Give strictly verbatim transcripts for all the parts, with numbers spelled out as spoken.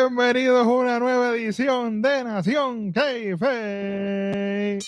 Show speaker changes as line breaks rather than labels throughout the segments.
Bienvenidos a una nueva edición de Nación Keife.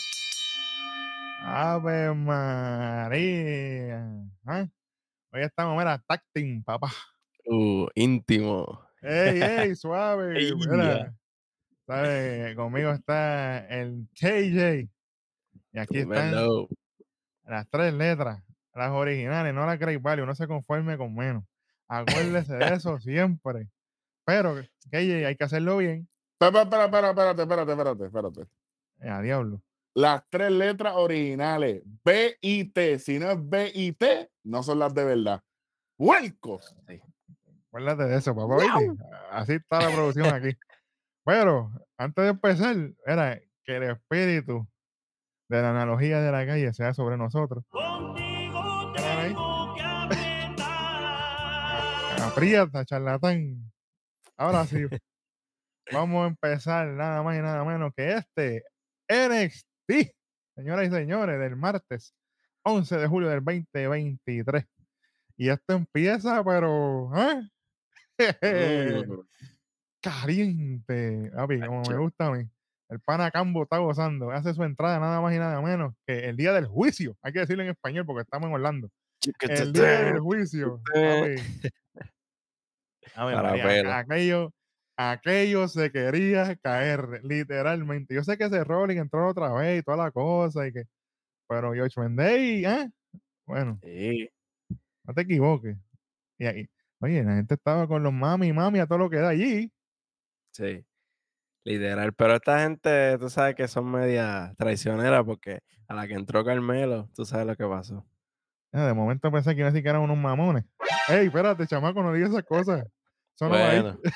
Ave María. ¿Ah? Hoy estamos, mira, tag team, papá.
Uh, íntimo.
Ey, ey, suave.
Ey,
Mira, ¿sabes? Conmigo está el K J. Y aquí están
Dímelo.
las tres letras, las originales, no las Great Value. No se conforme con menos. Acuérdese de eso siempre. Pero, K J, hay que hacerlo bien.
Espera, espera, espera, espérate, espérate, espérate, espérate.
Eh, a diablo.
Las tres letras originales, B y T. Si no es B y T, no son las de verdad. ¡Huelcos!
Sí.
Acuérdate de eso, papá. ¿Viste? Así está la producción aquí. Pero, antes de empezar, era que el espíritu de la analogía de la calle sea sobre nosotros.
Contigo
Mira ahí.
tengo que apretar.
Aprieta, charlatán. Ahora sí, vamos a empezar nada más y nada menos que este N X T, señoras y señores, del martes once de julio del veinte veintitrés. Y esto empieza, pero ¿eh?
Mm,
Caliente, papi, como me
Acho.
gusta a mí. El pana Cambo está gozando. Hace su entrada nada más y nada menos que el día del juicio. Hay que decirlo en español porque estamos en Orlando. El día del juicio, papi. A ver,
Para
María,
pelo.
aquello, aquello se quería caer, literalmente. Yo sé que ese Rolling entró otra vez y toda la cosa, y que, pero George Mendey, ¿eh? Bueno,
Sí,
no te equivoques. Y ahí, oye, la gente estaba con los mami, mami, a todo lo que da allí.
sí. Literal. Pero esta gente, tú sabes que son media traicioneras porque a la que entró Carmelo, tú sabes lo que pasó.
Ah, de momento pensé que iba a decir que eran unos mamones. Ey, espérate, chamaco, no digas esas cosas. Eso no va ahí.
Bueno,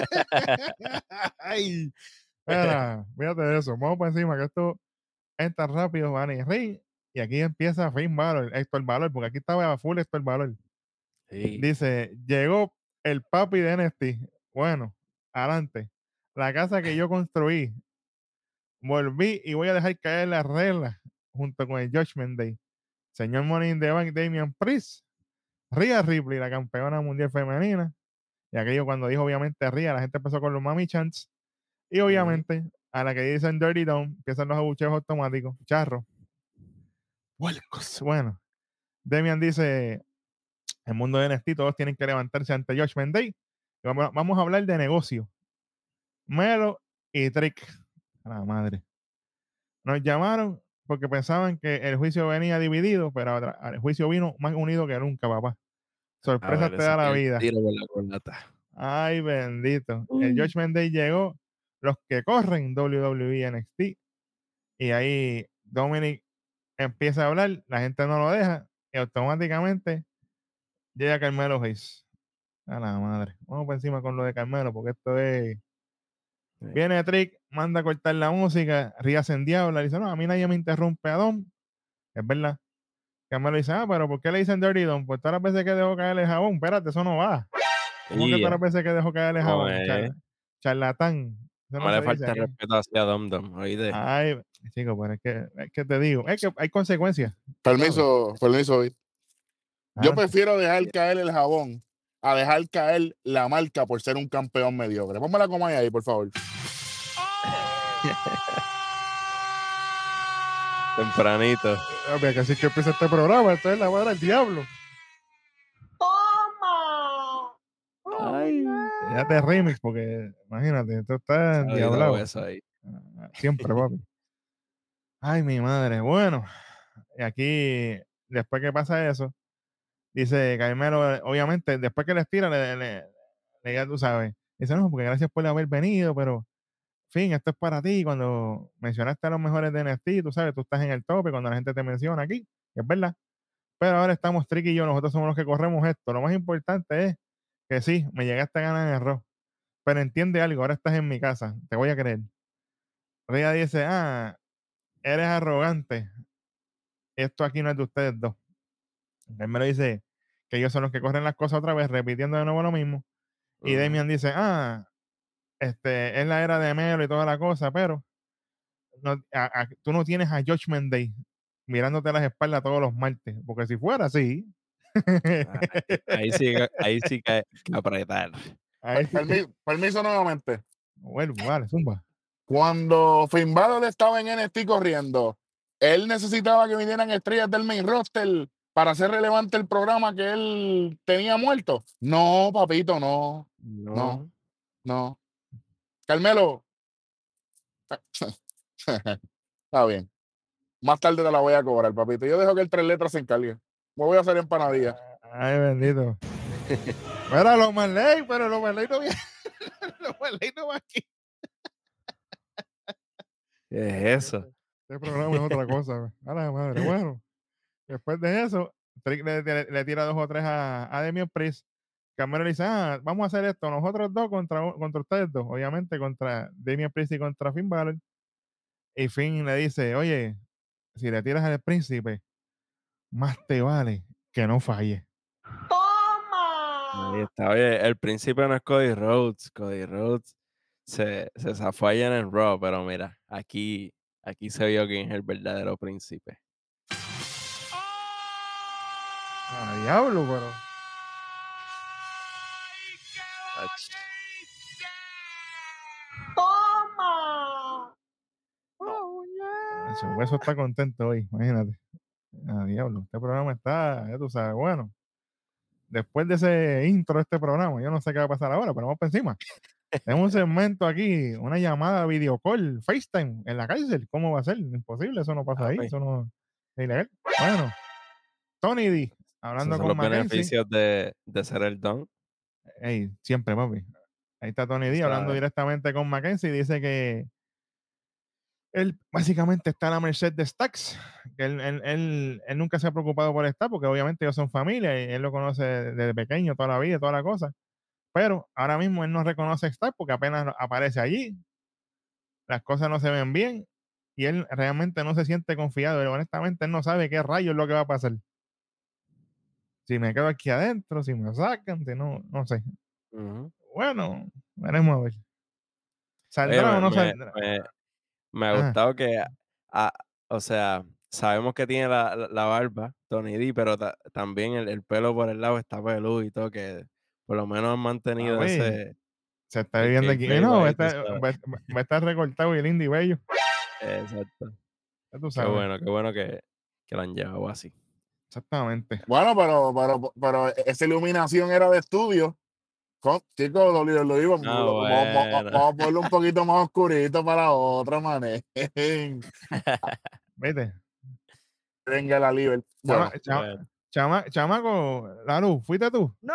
Ay, espera, fíjate de eso. Vamos por encima, que esto entra rápido, van y ring. Y aquí empieza Finn Balor, Héctor Balor, porque aquí estaba full Héctor Balor.
sí.
Dice, llegó el papi de N X T. Bueno, adelante. La casa que yo construí, volví y voy a dejar caer las reglas junto con el Judgment Day. Señor Money in the Bank, Damian Priest, Rhea Ripley, la campeona mundial femenina. Y aquello cuando dijo obviamente Rhea, la gente empezó con los mami chants. Y
Ujú.
obviamente a la que dicen Dirty Down, empiezan los abucheos automáticos, charro. Huelcos. Bueno, Damian dice, el mundo de N X T todos tienen que levantarse ante Judgment Day. Y Vamos, vamos a hablar de negocio. Melo y Trick. A la madre. Nos llamaron porque pensaban que el juicio venía dividido, pero ahora el juicio vino más unido que nunca, papá.
A
Sorpresa
ver,
te
ese
da la
es el
vida.
tiro por la culata.
Ay, bendito. El Judgment Day llegó, los que corren W W E N X T. Y ahí Dominic empieza a hablar, la gente no lo deja, y automáticamente llega Carmelo Hayes. A la madre. Vamos por encima con lo de Carmelo, porque esto es.
Sí.
Viene Trick, manda a cortar la música, Ría se endiabla, dice, no, a mí nadie me interrumpe a Dom. Es verdad. Carmelo dice, ah, pero ¿por qué le dicen Dirty Dom? Pues todas las veces que dejó caer el jabón, espérate, eso no va. ¿Cómo que todas
Yeah.
las veces que dejó caer el
No,
jabón?
eh.
Charla- charlatán. Eso
No
no
le
se dice
falta
aquí.
respeto hacia Dom Dom, oíste.
Ay, chico, pero es que, es que te digo, es que hay consecuencias. ¿sabes?
Permiso, permiso, Vic. Yo
Adelante.
prefiero dejar caer el jabón a dejar caer la marca por ser un campeón mediocre. Póngala como hay ahí, por favor.
Tempranito.
Obvio que así que empieza este programa, esto es la madre del diablo.
Ay.
Ya te remix, porque imagínate, esto está
Saludito
endiablado.
eso ahí.
Ah, Siempre, papi. Ay, mi madre. Bueno, y aquí, después que pasa eso, dice Carmelo, eh, obviamente, después que les tira, le, le, le- ya tú sabes, dice, no, porque gracias por haber venido, pero, fin, esto es para ti. Cuando mencionaste a los mejores de N X T, tú sabes, tú estás en el tope cuando la gente te menciona aquí, y es verdad. Pero ahora estamos Tricky y yo, nosotros somos los que corremos esto. Lo más importante es que sí, me llegaste a ganar en arroz. Pero entiende algo, ahora estás en mi casa, te voy a creer. Ria dice, ah, eres arrogante, esto aquí no es de ustedes dos. Él me lo dice que ellos son los que corren las cosas otra vez, repitiendo de nuevo lo mismo. Y
Ujú.
Damian dice, ah, este, es la era de Melo y toda la cosa, pero no, a- a- tú no tienes a Judgment Day mirándote las espaldas todos los martes, porque si fuera así,
Ahí, ahí sí, que- ahí sí que hay que apretar.
Ahí sí.
Permi- permiso nuevamente.
Bueno, vale, zumba.
Cuando Finn Balor estaba en N X T corriendo, él necesitaba que vinieran estrellas del main roster para hacer relevante el programa que él tenía muerto. No, papito, no, no,
No.
no. Carmelo, está bien. Más tarde te la voy a cobrar, papito. Yo dejo que el tres letras se encargue. Me voy a hacer empanadilla.
Ay, bendito. Mira, los Marley, pero los Marley no vienen. Los Marley no van aquí.
¿Qué es eso?
Este programa es otra cosa. güey. A la madre. Bueno, después de eso, Trick le, le- le tira dos o tres a, a Damian Priest. Carmelo le dice, ah, vamos a hacer esto, nosotros dos contra, contra ustedes dos, obviamente contra Damian Priest y contra Finn Balor. Y Finn le dice, oye, si le tiras al príncipe, más te vale que no falle.
Ahí está. Oye, el príncipe no es Cody Rhodes. Cody Rhodes se, se zafó allá en el Raw, pero mira, aquí, aquí se vio quién es el verdadero príncipe.
Ah, diablo, pero.
Ach,
Su hueso está contento hoy, imagínate. Ah, diablo, este programa está, ya tú sabes, bueno. Después de ese intro de este programa, yo no sé qué va a pasar ahora, pero vamos para encima. Tenemos un segmento aquí, una llamada video call, FaceTime en la cárcel. ¿Cómo va a ser? Imposible, eso no pasa ahí,
papi,
eso no es ilegal. Bueno, Tony D,
esos
hablando
son
con
los
Mackenzie.
beneficios de, de ser el don.
Ey, siempre, papi. Ahí está Tony D hablando
¿Sabes?
directamente con Mackenzie y dice que él básicamente está a la merced de Stax, que él, él, él, él nunca se ha preocupado por estar, porque obviamente ellos son familia y él lo conoce desde pequeño, toda la vida, toda la cosa. Pero ahora mismo él no reconoce a Stax porque apenas aparece allí, las cosas no se ven bien y él realmente no se siente confiado. Pero honestamente, él no sabe qué rayos es lo que va a pasar. Si me quedo aquí adentro, si me sacan, si no, no sé.
Ujú.
Bueno, veremos a ver.
Oye,
¿Saldrá o
me,
no
me,
saldrá?
me, me ha
Ah,
gustado que, ah, o sea, sabemos que tiene la, la- la barba, Tony D, pero ta- también el, el pelo por el lado está peludo y todo, que por lo menos han mantenido
papi,
ese,
se está
el
viviendo aquí. Eh,
kayfabe
No, va a
ahí, tú
estar,
sabes.
va, va a estar recortado y lindo y bello.
Exacto.
Ya tú
Qué
sabes.
bueno, qué bueno que, que lo han llevado así.
Exactamente.
Bueno, pero, pero, pero esa iluminación era de estudio. Con- Chicos, lo, lo, lo digo,
Ah,
lo- vamos, vamos-
bueno.
vamos a ponerlo un poquito más oscurito para la otra manera.
¿Viste?
Venga la libre.
Chama,
Bueno,
chama,
Bueno.
chama, chamaco, la luz, ¿fuiste tú?
¡No!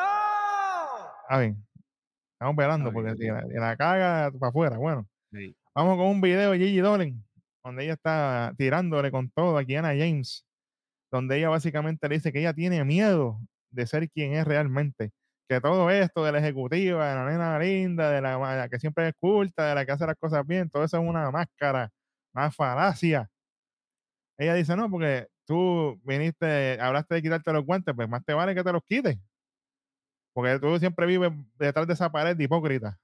A ver, estamos velando
Ok,
porque si
ok.
la, si la caga para afuera. Bueno,
Sí.
vamos con un video de Gigi Dolan, donde ella está tirándole con todo a Kiana James, donde ella básicamente le dice que ella tiene miedo de ser quien es realmente. Que todo esto de la ejecutiva, de la nena linda, de la, la que siempre es culta, de la que hace las cosas bien, todo eso es una máscara, una falacia. Ella dice, no, porque tú viniste, hablaste de quitarte los guantes, pues más te vale que te los quites. Porque tú siempre vives detrás de esa pared de hipócrita.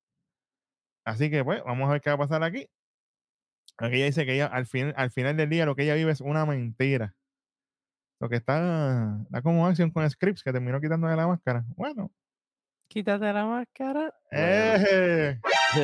Así que, pues, vamos a ver qué va a pasar aquí. Aquí ella dice que ella, al, fin, al final del día, lo que ella vive es una mentira. Lo que está, está como acción con Scripps, que terminó quitándole la máscara. Bueno,
Quítate la máscara. Bueno.
eh,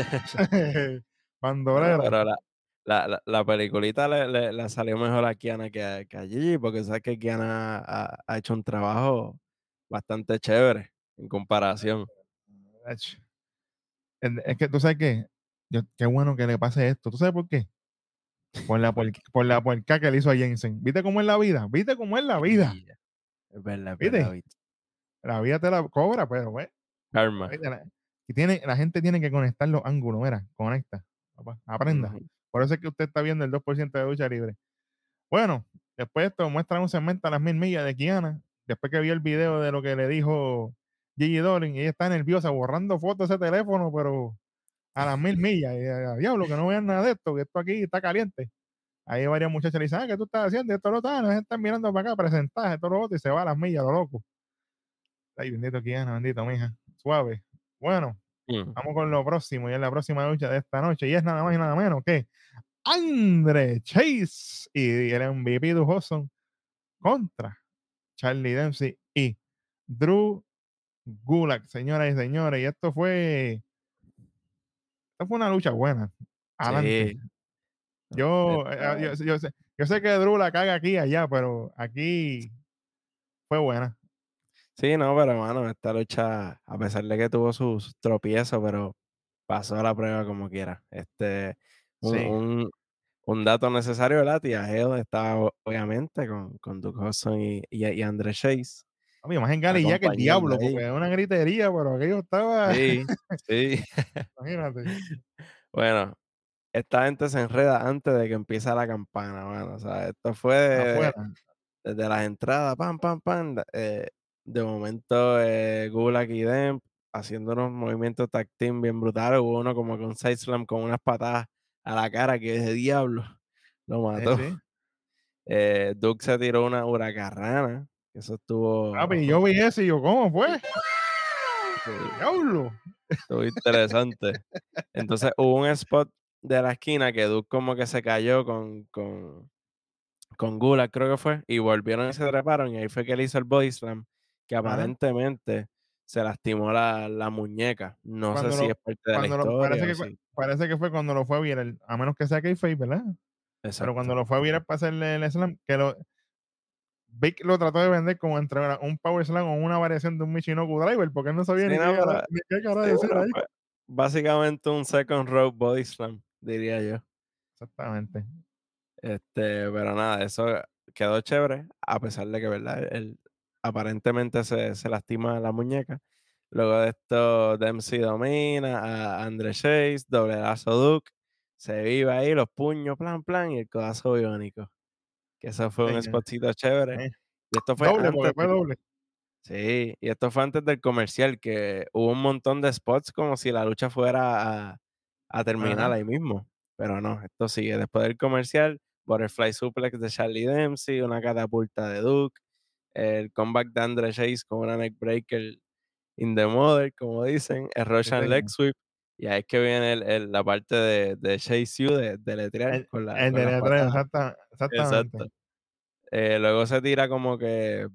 Bueno,
bandolera.
pero la, la, la, la peliculita le, le, le salió mejor a Kiana que a, que a Gigi, porque sabes que Kiana ha, ha hecho un trabajo bastante chévere en comparación.
Ach, Es es que tú sabes que, yo, qué bueno que le pase esto. ¿Tú sabes por qué? Por la, por,
Porque,
por la puerca que le hizo a Jensen. ¿Viste cómo es la vida? ¿Viste cómo es la vida?
yeah, es verdad, es verdad,
¿Viste?
¿viste?
La vida te la cobra, pero, pues,
Karma.
¿viste? La, y tiene, la gente tiene que conectar los ángulos, mira, conecta, papá, aprenda.
Ujú.
Por eso es que usted está viendo el dos por ciento de lucha libre. Bueno, después de esto muestran un segmento a las mil millas de Kiana, después que vio el video de lo que le dijo Gigi Dolin, y ella está nerviosa borrando fotos de ese teléfono, pero a las mil millas, y a, diablo, que no vean nada de esto, que esto aquí está caliente. Ahí varias muchachas le dicen, ah, ¿qué tú estás haciendo? Y esto lo está, nos están mirando para acá, presentaje, esto lo otro, y se va a las millas, lo loco. Ay, bendito Kiana, bendito, mija. Suave. Bueno,
Mm.
vamos con lo próximo, y es la próxima lucha de esta noche, y es nada más y nada menos que Andre Chase y el M V P de Hudson contra Charlie Dempsey y Drew Gulak, señoras y señores. Y esto fue, esto fue una lucha buena. Adelante.
Sí.
Yo, eh,
Esta-
yo, yo sé, yo sé que Drew la caga aquí y allá, pero aquí fue buena.
Sí, no, pero hermano, esta lucha, a pesar de que tuvo sus tropiezos, pero pasó la prueba como quiera. Este, un,
Sí.
un, un dato necesario, ¿verdad? Tia Hill estaba o- obviamente con, con Duke Hudson y, y, y Andre Chase
Papi, más en Gali ya que el
acompañando
diablo,
ahí.
porque es una gritería, pero aquello estaba,
Sí, sí.
imagínate,
Bueno, esta gente se enreda antes de que empiece la campana, mano. O sea, esto fue de-
afuera.
desde las entradas, pam, pam, pam. da- eh, de momento, eh, Gulak y Demp haciendo unos movimientos tag team bien brutales. Hubo uno como con side slam con unas patadas a la cara que ese diablo lo
Sí,
mató.
sí.
Eh, Duke se tiró una huracarrana, que eso estuvo,
Papi, yo vi eso y yo, ¿cómo fue?
sí,
Diablo.
estuvo interesante. Entonces hubo un spot de la esquina que Duke como que se cayó con, con, con Gulak, creo que fue, y volvieron y se treparon, y ahí fue que él hizo el body slam, que
Ajá.
aparentemente se lastimó la, la muñeca. No sé
Cuando
si
lo,
es parte de la
cuando lo, parece
historia o
que, fue-
sí.
parece que fue cuando lo fue a viral, a menos que sea kayfabe, ¿verdad? Pero cuando
Exacto.
lo fue a viral para hacerle el slam, que lo, Vic lo trató de vender como entre una- un power slam o una variación de un Michinoku Driver, porque él no sabía
Sí,
ni
no,
qué cara,
pero
ni qué cara
sí,
decir
bueno,
ahí.
pues básicamente un second row body slam, diría yo.
Exactamente.
Este, pero nada, eso quedó chévere, a pesar de que, ¿verdad? Él aparentemente se, se lastima la muñeca. Luego de esto, Dempsey domina a Andre Chase, doble lazo Duke, se vive ahí los puños, plan, plan, y el codazo biónico. Que eso fue un
Señor.
spotcito chévere.
Eh,
Y esto fue
Doble, porque
antes
fue
de,
doble.
sí, y esto fue antes del comercial, que hubo un montón de spots como si la lucha fuera a, a terminar
Ajá.
ahí mismo. Pero no, esto sigue. Después del comercial, Butterfly Suplex de Charlie Dempsey, una catapulta de Duke, el comeback de Andre Chase con una neckbreaker in the mother, como dicen, el
Sí,
Russian leg
señor.
sweep. Y ahí es que viene el- el- la parte de, de Chase U de, de letrear
El,
con, la,
el
con
de
las
letrero,
patadas.
exacta, exactamente.
Exacto. Eh, luego se tira como que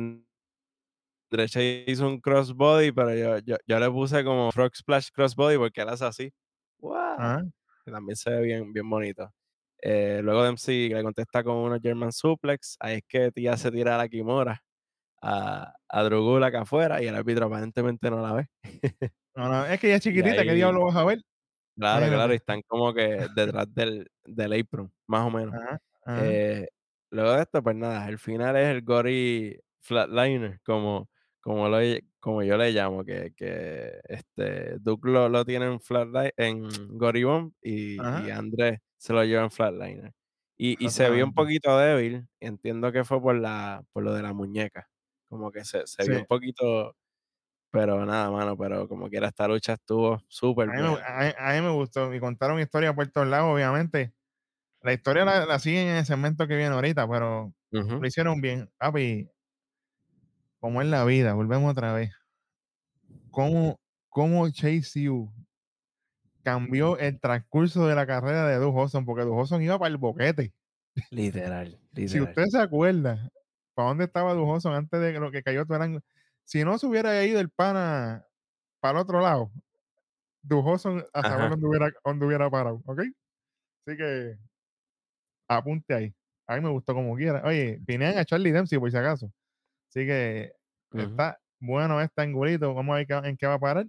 Dredge hizo un crossbody, pero yo, yo, yo le puse como frog splash crossbody porque él hace así. ¡Wow!
Ajá.
Que también se ve bien, bien bonito. Eh, luego Dempsey le contesta con unos German suplex. Ahí es que Tía se tira a la Kimura a, a Drew Gulak acá afuera y el árbitro aparentemente no la ve.
No, no, es que ella es
Y
chiquitita, ¿qué
ahí,
diablo vas a ver?
claro, claro, y
Imagínate.
están como que detrás del, del apron, más o menos.
Ajá, ajá.
Eh, luego de esto, pues nada, el final es el Gory Flatliner, como, como, lo, como yo le llamo, que, que este, Duke lo, lo tiene en, flatline, en Gory Bomb y, y
Ajá.
Andrés se lo lleva en Flatliner. Y, y se vio un
Exactamente.
poquito débil, entiendo que fue por, la, por lo de la muñeca, como que se, se
Sí.
vio un poquito, pero nada, mano, pero como quiera esta lucha estuvo súper
A mí, me,
buena.
a, mí- a mí me gustó. Y contaron historia por todos lados, obviamente. La historia la, la siguen en el segmento que viene ahorita, pero
Ujú.
lo hicieron bien. Papi, como es la vida, volvemos otra vez. ¿Cómo, cómo Chase U cambió el transcurso de la carrera de Duke Hudson? Porque Duke Hudson iba para el boquete.
Literal,
Si
literal.
usted se acuerda, ¿para dónde estaba Duke Hudson antes de que lo que cayó Tueranga? Si no se hubiera ido el pana para el otro lado, Duke Hudson a saber
Ajá.
dónde hubiera, dónde hubiera parado, ¿ok? Así que apunte ahí. A mí me gustó como quiera. Oye, vinieron a Charlie Dempsey por si acaso. Así que
Ujú.
está bueno este angulito. Vamos a ver qué- en qué va a parar.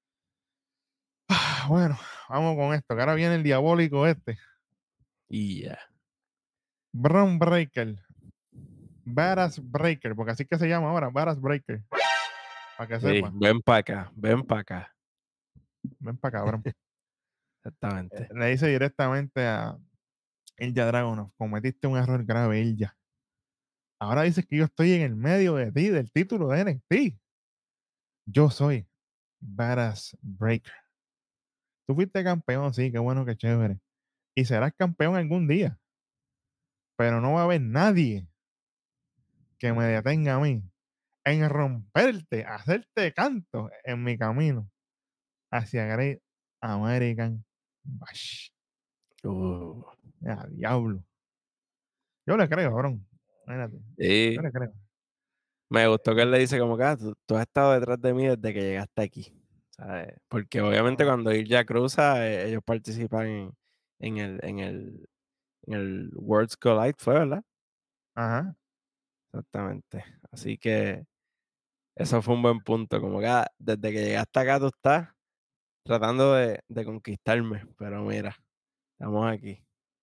Ah, bueno, vamos con esto, que ahora viene el diabólico este.
Y ya.
Brown Breaker. Badass Breaker, porque así que se llama ahora, Badass Breaker. Para que
Sí,
sepa.
ven para acá, ven para acá.
Ven para cabrón. Eh,
Exactamente.
Le dice directamente a Ilja Dragunov, cometiste un error grave, Ilja. Ahora dices que yo estoy en el medio de ti, del título de N X T. Yo soy Badass Breaker. Tú fuiste campeón, sí, qué bueno, qué chévere. Y serás campeón algún día. Pero no va a haber nadie que me detenga a mí en romperte, hacerte canto en mi camino hacia Great American Bash.
Uh,
Ya, diablo. Yo le creo, cabrón. Espérate. Yo
sí,
le creo.
Me gustó que él le dice como que, ah, tú, tú has estado detrás de mí desde que llegaste aquí, ¿sabes? Porque obviamente
Ah,
cuando Ilja cruza, eh, ellos participan en, en el, en el, en el Worlds Collide, ¿fue, verdad?
ajá,
Exactamente. Así que eso fue un buen punto, como que ah, desde que llegaste acá tú estás tratando de, de conquistarme, pero mira, estamos aquí.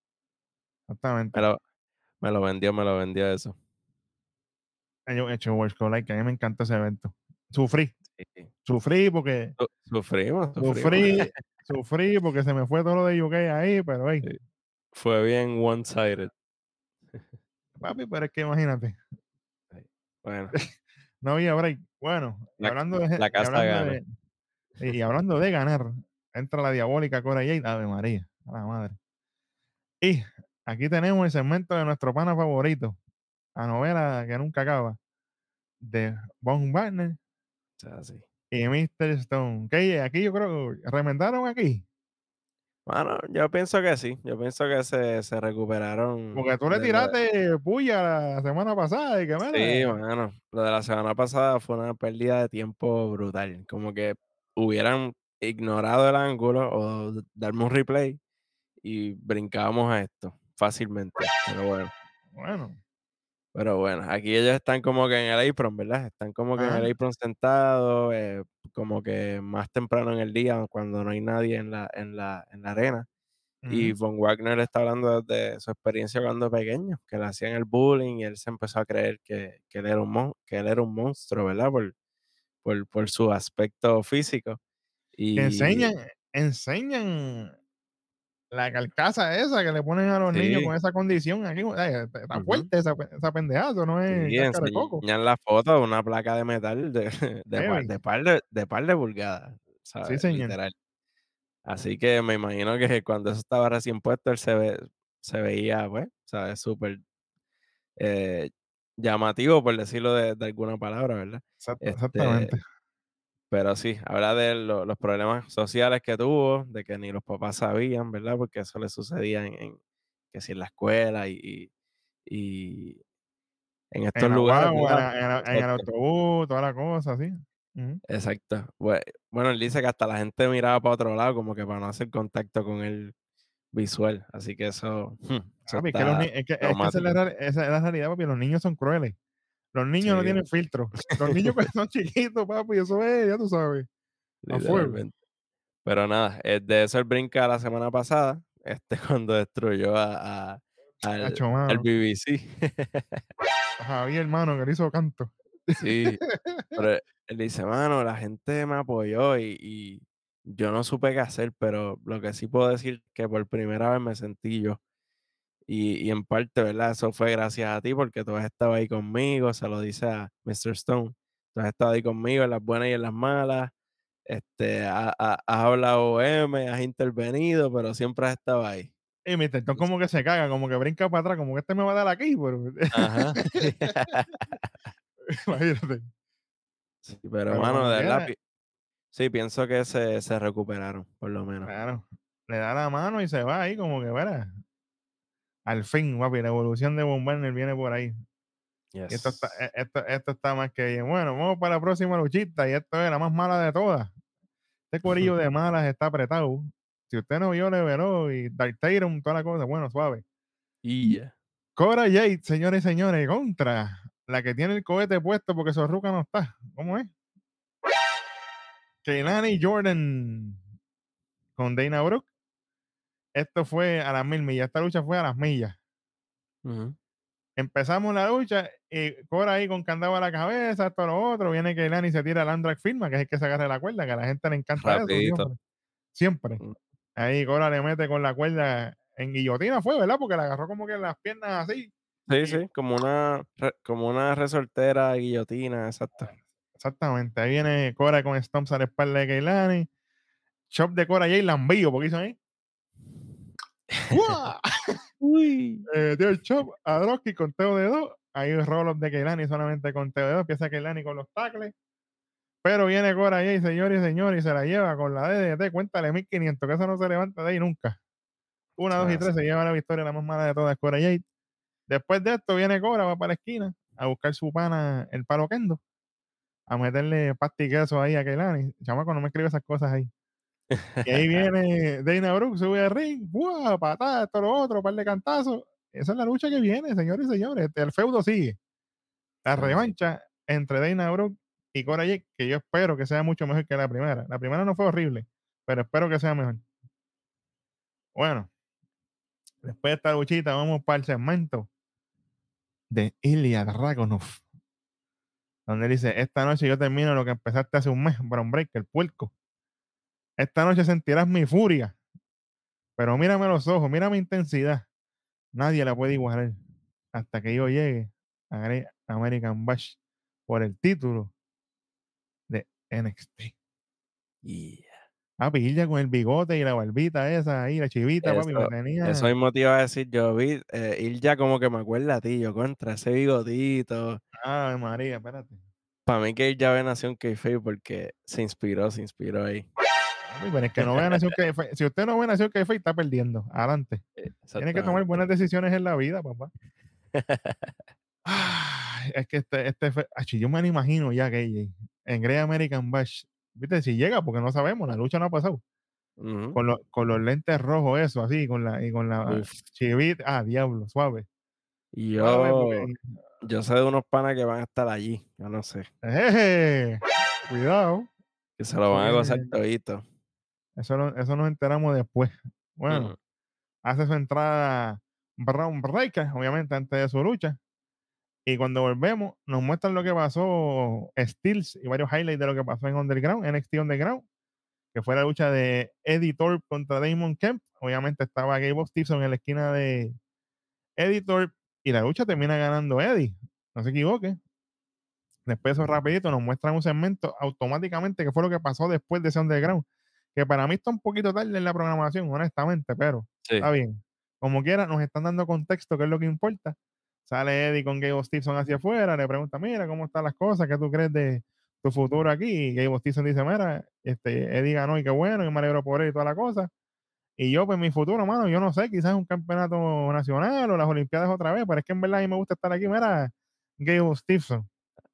Me
exactamente.
lo, me lo vendió, me lo vendió eso.
Yo he hecho World Cup, like, que a mí me encanta ese evento. Sufrí,
Sí.
sufrí porque,
Su- Sufrimos, sufrimos.
sufrí, sufrí porque se me fue todo lo de U K ahí, pero hey,
Sí. Fue bien one-sided.
papi, pero es que imagínate,
Sí. Bueno,
no había break. Bueno, y
la,
hablando de,
la
y
casa
hablando
gana.
de, y hablando de ganar, entra la diabólica Cora Jade, Ave María, a la madre. Y aquí tenemos el segmento de nuestro pana favorito, la novela que nunca acaba, de Von Wagner
O sea, sí.
y míster Stone. Que aquí yo creo que remendaron aquí.
Bueno, yo pienso que sí. Yo pienso que se, se recuperaron
Porque tú le
de lo de...
tiraste puya la semana pasada y que
Sí,
mira,
bueno, lo de la semana pasada fue una pérdida de tiempo brutal. Como que hubieran ignorado el ángulo o d- darme un replay y brincábamos a esto fácilmente. Pero bueno,
bueno,
pero bueno, aquí ellos están como que en el apron, ¿verdad? Están como que en
ajá,
el apron sentados, eh, como que más temprano en el día, cuando no hay nadie en la, en la, en la arena. Y
ujú.
Von Wagner está hablando de su experiencia cuando pequeño, que le hacían el bullying y él se empezó a creer que, que él era un mon- que él era un monstruo, ¿verdad? Por, por, por su aspecto físico.
Que
Y
enseñan, enseñan la carcasa esa que le ponen a los niños con
sí,
esa condición aquí. Ay, está
ujú,
fuerte esa, pe- esa pendejazo, no es
sí,
cáscara de coco.
enseñan la foto de una placa de metal de, de, par,
Heavy.
de, par de, de par de pulgadas,
Sí,
¿sabes?
señor.
Literal. Así que me imagino que cuando eso estaba recién puesto, él se, ve, se veía, pues, ¿sabes? Súper eh, llamativo, por decirlo de, de alguna palabra, ¿verdad?
Exacta-
Este,
exactamente.
pero sí, habla de lo- los problemas sociales que tuvo, de que ni los papás sabían, ¿verdad? Porque eso le sucedía en, en- que si en la escuela y, y, y en
En
estos
la
lugares,
guagua, en,
¿verdad?
la- en la- en el
Exacto,
autobús, toda la cosa, sí. Ujú.
exacto. Bue- Bueno, él dice que hasta la gente miraba para otro lado, como que para no hacer contacto con él visual. Así que eso, eso
Papi, es que, los ni-
está
es que, es que esa, es la,
traumático.
real- esa es la realidad, papi. Los niños son crueles. Los niños no
Sí,
tienen filtro. Los niños cuando son chiquitos, papi, eso es, ya tú sabes, a fuego.
literalmente. Pero nada, eh, de eso él brinca la semana pasada, este, cuando destruyó a, a- al,
Hacho,
al
mano.
B B C.
A Javier, hermano, que le hizo canto.
Sí, pero él dice, mano, la gente me apoyó y, y yo no supe qué hacer, pero lo que sí puedo decir que por primera vez me sentí yo. Y, y en parte, ¿verdad? Eso fue gracias a ti porque tú has estado ahí conmigo, se lo dice a míster Stone. Tú has estado ahí conmigo en las buenas y en las malas. Este, ha- ha- has hablado M, has intervenido, pero siempre has estado ahí.
Y mister Tom como que se caga, como que brinca para atrás, como que este me va a dar aquí, pero
Ajá.
imagínate.
Sí, pero
Pero
mano,
como
de verdad,
quiera,
pi- sí, pienso que se, se recuperaron, por lo menos.
claro, le da la mano y se va ahí, como que, verá, al fin, papi, la evolución de Bombarner viene por ahí. Y esto está,
Yes.
e- esto, esto está más que bien. Bueno, vamos para la próxima luchita, y esto es la más mala de todas. Este corillo de malas está apretado. Si usted no vio Levero y Dark Tyron, toda la cosa, bueno, suave.
Y ya.
Cora Jade, señores y señores, contra la que tiene el cohete puesto porque su ruca no está. ¿Cómo es? Keilani Jordan con Dana Brooke. Esto fue a las mil millas. Esta lucha fue a las millas.
Ujú.
Empezamos la lucha y Cora ahí con candado a la cabeza, todo lo otro. Viene Keilani y se tira el Andrax Firma, que es el que se agarra la cuerda, que a la gente le encanta eso
Rapidito.
siempre. Siempre.
Mm.
Ahí Cora le mete con la cuerda en guillotina, fue, ¿verdad? Porque la agarró como que en las piernas así.
Sí,
Y
sí, como una, re- como una resortera guillotina, exacto.
exactamente. Ahí viene Cora con stomps a la espalda de Keilani. Chop de Cora y Lambillo, porque hizo ahí. ¡Guau!
Uy.
Eh, dio el chop a Droski con teo de dos. Ahí el roll-up de Keilani solamente con teo de dos. Empieza Keilani con los tackles. Pero viene Cora ahí, señor y señor, y se la lleva con la D D T. Cuéntale mil quinientos, que eso no se levanta de ahí nunca. Una, dos y
Ah,
tres se lleva la victoria, la más mala de todas, Cora Jade. Después de esto viene Cora, va para la esquina. a buscar su pana, el palo Kendo, a meterle pasta y queso ahí a Kehlani. Chamaco, no me escribe esas cosas ahí. Y ahí viene Dana Brooke, sube al ring, ¡buah! Patada, esto, lo otro, par de cantazos. Esa es la lucha que viene, señores y señores. El feudo sigue. La
Así.
revancha entre Dana Brooke y Cora Jade, que yo espero que sea mucho mejor que la primera. La primera no fue horrible, pero espero que sea mejor. Bueno, después de esta luchita, vamos para el segmento de Ilya Dragunov, donde dice: esta noche yo termino lo que empezaste hace un mes, Bron Breakker, puerco. Esta noche sentirás mi furia, pero mírame los ojos, mira mi intensidad. Nadie la puede igualar hasta que yo llegue a Great American Bash por el título de N X T.
Yeah.
Papi, Ilya con el bigote y la barbita esa ahí, la chivita, papi, me
Eso,
tenía.
eso mismo te iba a decir yo, vi, eh, Ilja como que me acuerda a ti, yo contra ese bigotito.
Ay, María, espérate.
Para mí que Ilja ve nació en Kayfabe porque se inspiró, se inspiró ahí.
Papi, pero es que no vea Nación que si usted no ve Nación que está perdiendo. Adelante.
Eh,
Tiene que tomar
Exactamente.
buenas decisiones en la vida, papá. Ay, es que este, este, fue- achi, yo me lo imagino ya que ella en Great American Bash, viste, si llega, porque no sabemos, la lucha no ha pasado.
Ujú.
Con, los con los lentes rojos, eso, así, con la, y con la
Uf.
chivita, ah, diablo, suave,
Y
suave, porque,
yo, yo sé de unos panas que van a estar allí, yo no sé,
jeje, cuidado,
que se lo
eso
van a gozar
viene,
todito.
eso, no- eso nos enteramos después.
Mm.
Bueno, hace su entrada Brown Breaker, obviamente, antes de su lucha. Y cuando volvemos, nos muestran lo que pasó, Steels y varios highlights de lo que pasó en Underground, N X T Underground, que fue la lucha de Eddie Thorpe contra Damon Kemp. Obviamente estaba Gable Stevenson en la esquina de Eddie Thorpe y la lucha termina ganando Eddie. No se equivoque. Después de eso, rapidito, nos muestran un segmento automáticamente que fue lo que pasó después de ese Underground. Que para mí está un poquito tarde en la programación, honestamente, pero
Sí.
está bien. Como quiera, nos están dando contexto, que es lo que importa. Sale Eddie con Gable Stevenson hacia afuera, le pregunta: mira, ¿cómo están las cosas? ¿Qué tú crees de tu futuro aquí? Y Gable Stevenson dice: mira, este, Eddie ganó y qué bueno, yo me alegro por él y toda la cosa. Y yo, pues mi futuro, mano, yo no sé, quizás un campeonato nacional o las Olimpiadas otra vez, pero es que en verdad a mí me gusta estar aquí. Mira, Gable Stevenson,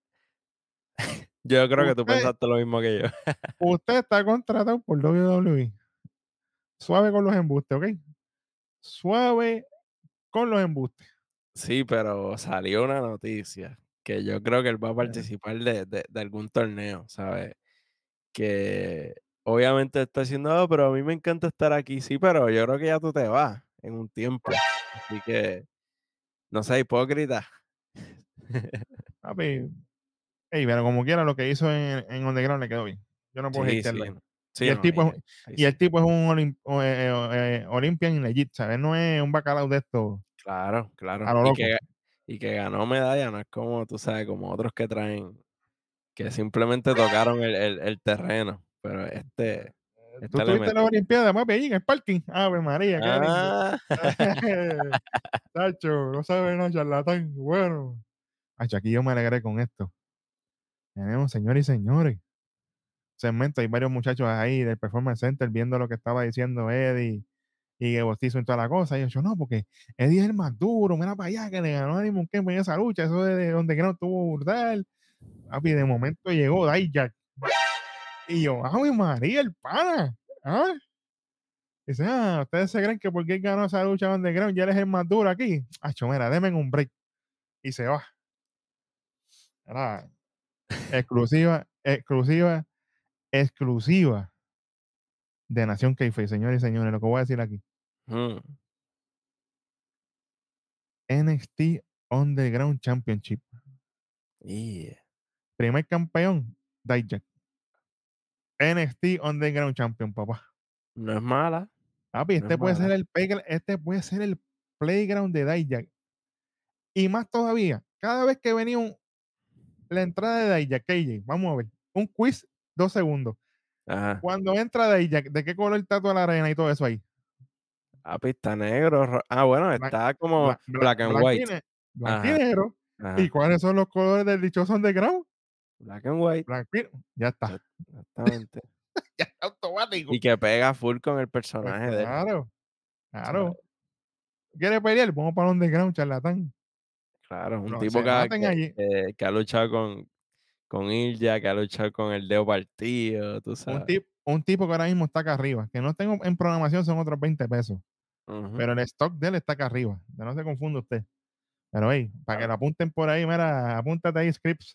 Yo creo que tú
usted,
pensaste lo mismo que yo.
usted está contratado por W W E. Suave con los embustes, ¿ok? Suave con los embustes.
Sí, pero salió una noticia que yo creo que él va a
Eh,
participar de, de, de algún torneo, ¿sabes? Que obviamente está diciendo, "Oh, pero a mí me encanta estar aquí". Sí, pero yo creo que ya tú te vas en un tiempo. Así que no seas hipócrita.
Papi, ey, pero como quiera, lo que hizo en, en Underground le quedó bien. Yo no puedo
Sí,
hatearlo
sí,
ahí.
no.
Y
Sí,
el
no,
tipo
ahí,
es,
ahí
y el
sí.
tipo es un olim, o, eh, eh, Olympian legit, ¿sabes? No es un bacalao de esto
Claro,
a
claro.
lo
Y
loco.
que, y que ganó medalla, no es como, tú sabes, como otros que traen, que simplemente tocaron el, el, el terreno. Pero este,
¿Tú
este le
tuviste la
metió.
Olimpiada, papi, ahí en el parking? Ave María, qué lindo.
Ah,
Tacho, no sabe nada, charlatán. Bueno. Tacho, aquí yo me alegré con esto. Tenemos, señores y señores, segmento, hay varios muchachos ahí del Performance Center viendo lo que estaba diciendo Eddie y que Bostizo y toda la cosa. Y yo, no, porque Eddie es el más duro, mira para allá, que le ganó a Demon Kemp en esa lucha, eso de donde que no estuvo brutal. Papi, de momento llegó Dijak. Y yo, ¡ay, María, el pana! ¿Ah? Dice: ah, ustedes se creen que porque él ganó esa lucha underground ya él es el más duro aquí. Acho, mira, denme un break. Y se va. Era exclusiva, exclusiva, exclusiva de Nación Keife, señores y señores, lo que voy a decir aquí.
mm,
N X T Underground Championship.
yeah.
Primer campeón, Dijak. N X T Underground Champion, papá.
No es mala,
Papi,
no es
este puede ser
mala.
el playground, este puede ser el playground de Dijak. Y más todavía, cada vez que venía un, la entrada de Dijak, K J, vamos a ver, un quiz, dos segundos.
Ajá.
Cuando entra Dijak, ¿de qué color está toda la arena y todo eso ahí?
Ah, pista negro. ro- Ah, bueno,
Blan-
está como
blan- blan-
black and
blanco y
white.
ne- blanco y
Ajá,
negro. ¿Y
ajá.
cuáles son los colores del dichoso underground?
Black and white.
Blanco y- ya está.
Exact- Exactamente.
Ya está automático.
Y que pega full con el
Pues
personaje de él.
claro,
¿Sabes?
claro. ¿Quieres pelear? Vamos para el underground, charlatán.
Claro, un
No,
tipo
se
que ha
maten
que
allí.
que que ha luchado con con Ilja, que ha luchado con el dedo partido, tú
Un
sabes.
tip un tipo que ahora mismo está acá arriba, que no tengo en programación son otros veinte pesos,
Ujú,
pero el stock de él está acá arriba, que no se confunda usted. Pero, hey, para que
claro.
lo apunten por ahí, mira, apúntate ahí, Scripps,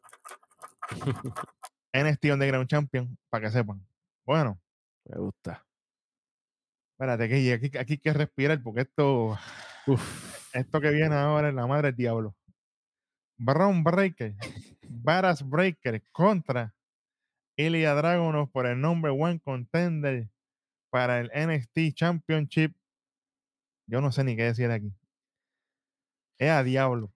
N X T Underground Champion, para que sepan. Bueno,
Me gusta.
espérate, que aquí, aquí hay que respirar, porque esto,
Uf,
esto que viene ahora es la madre del diablo. Braun Breaker, Badass Breaker contra Ilya Dragunov por el number one contender para el N X T Championship. Yo no sé ni qué decir aquí. Es a diablo.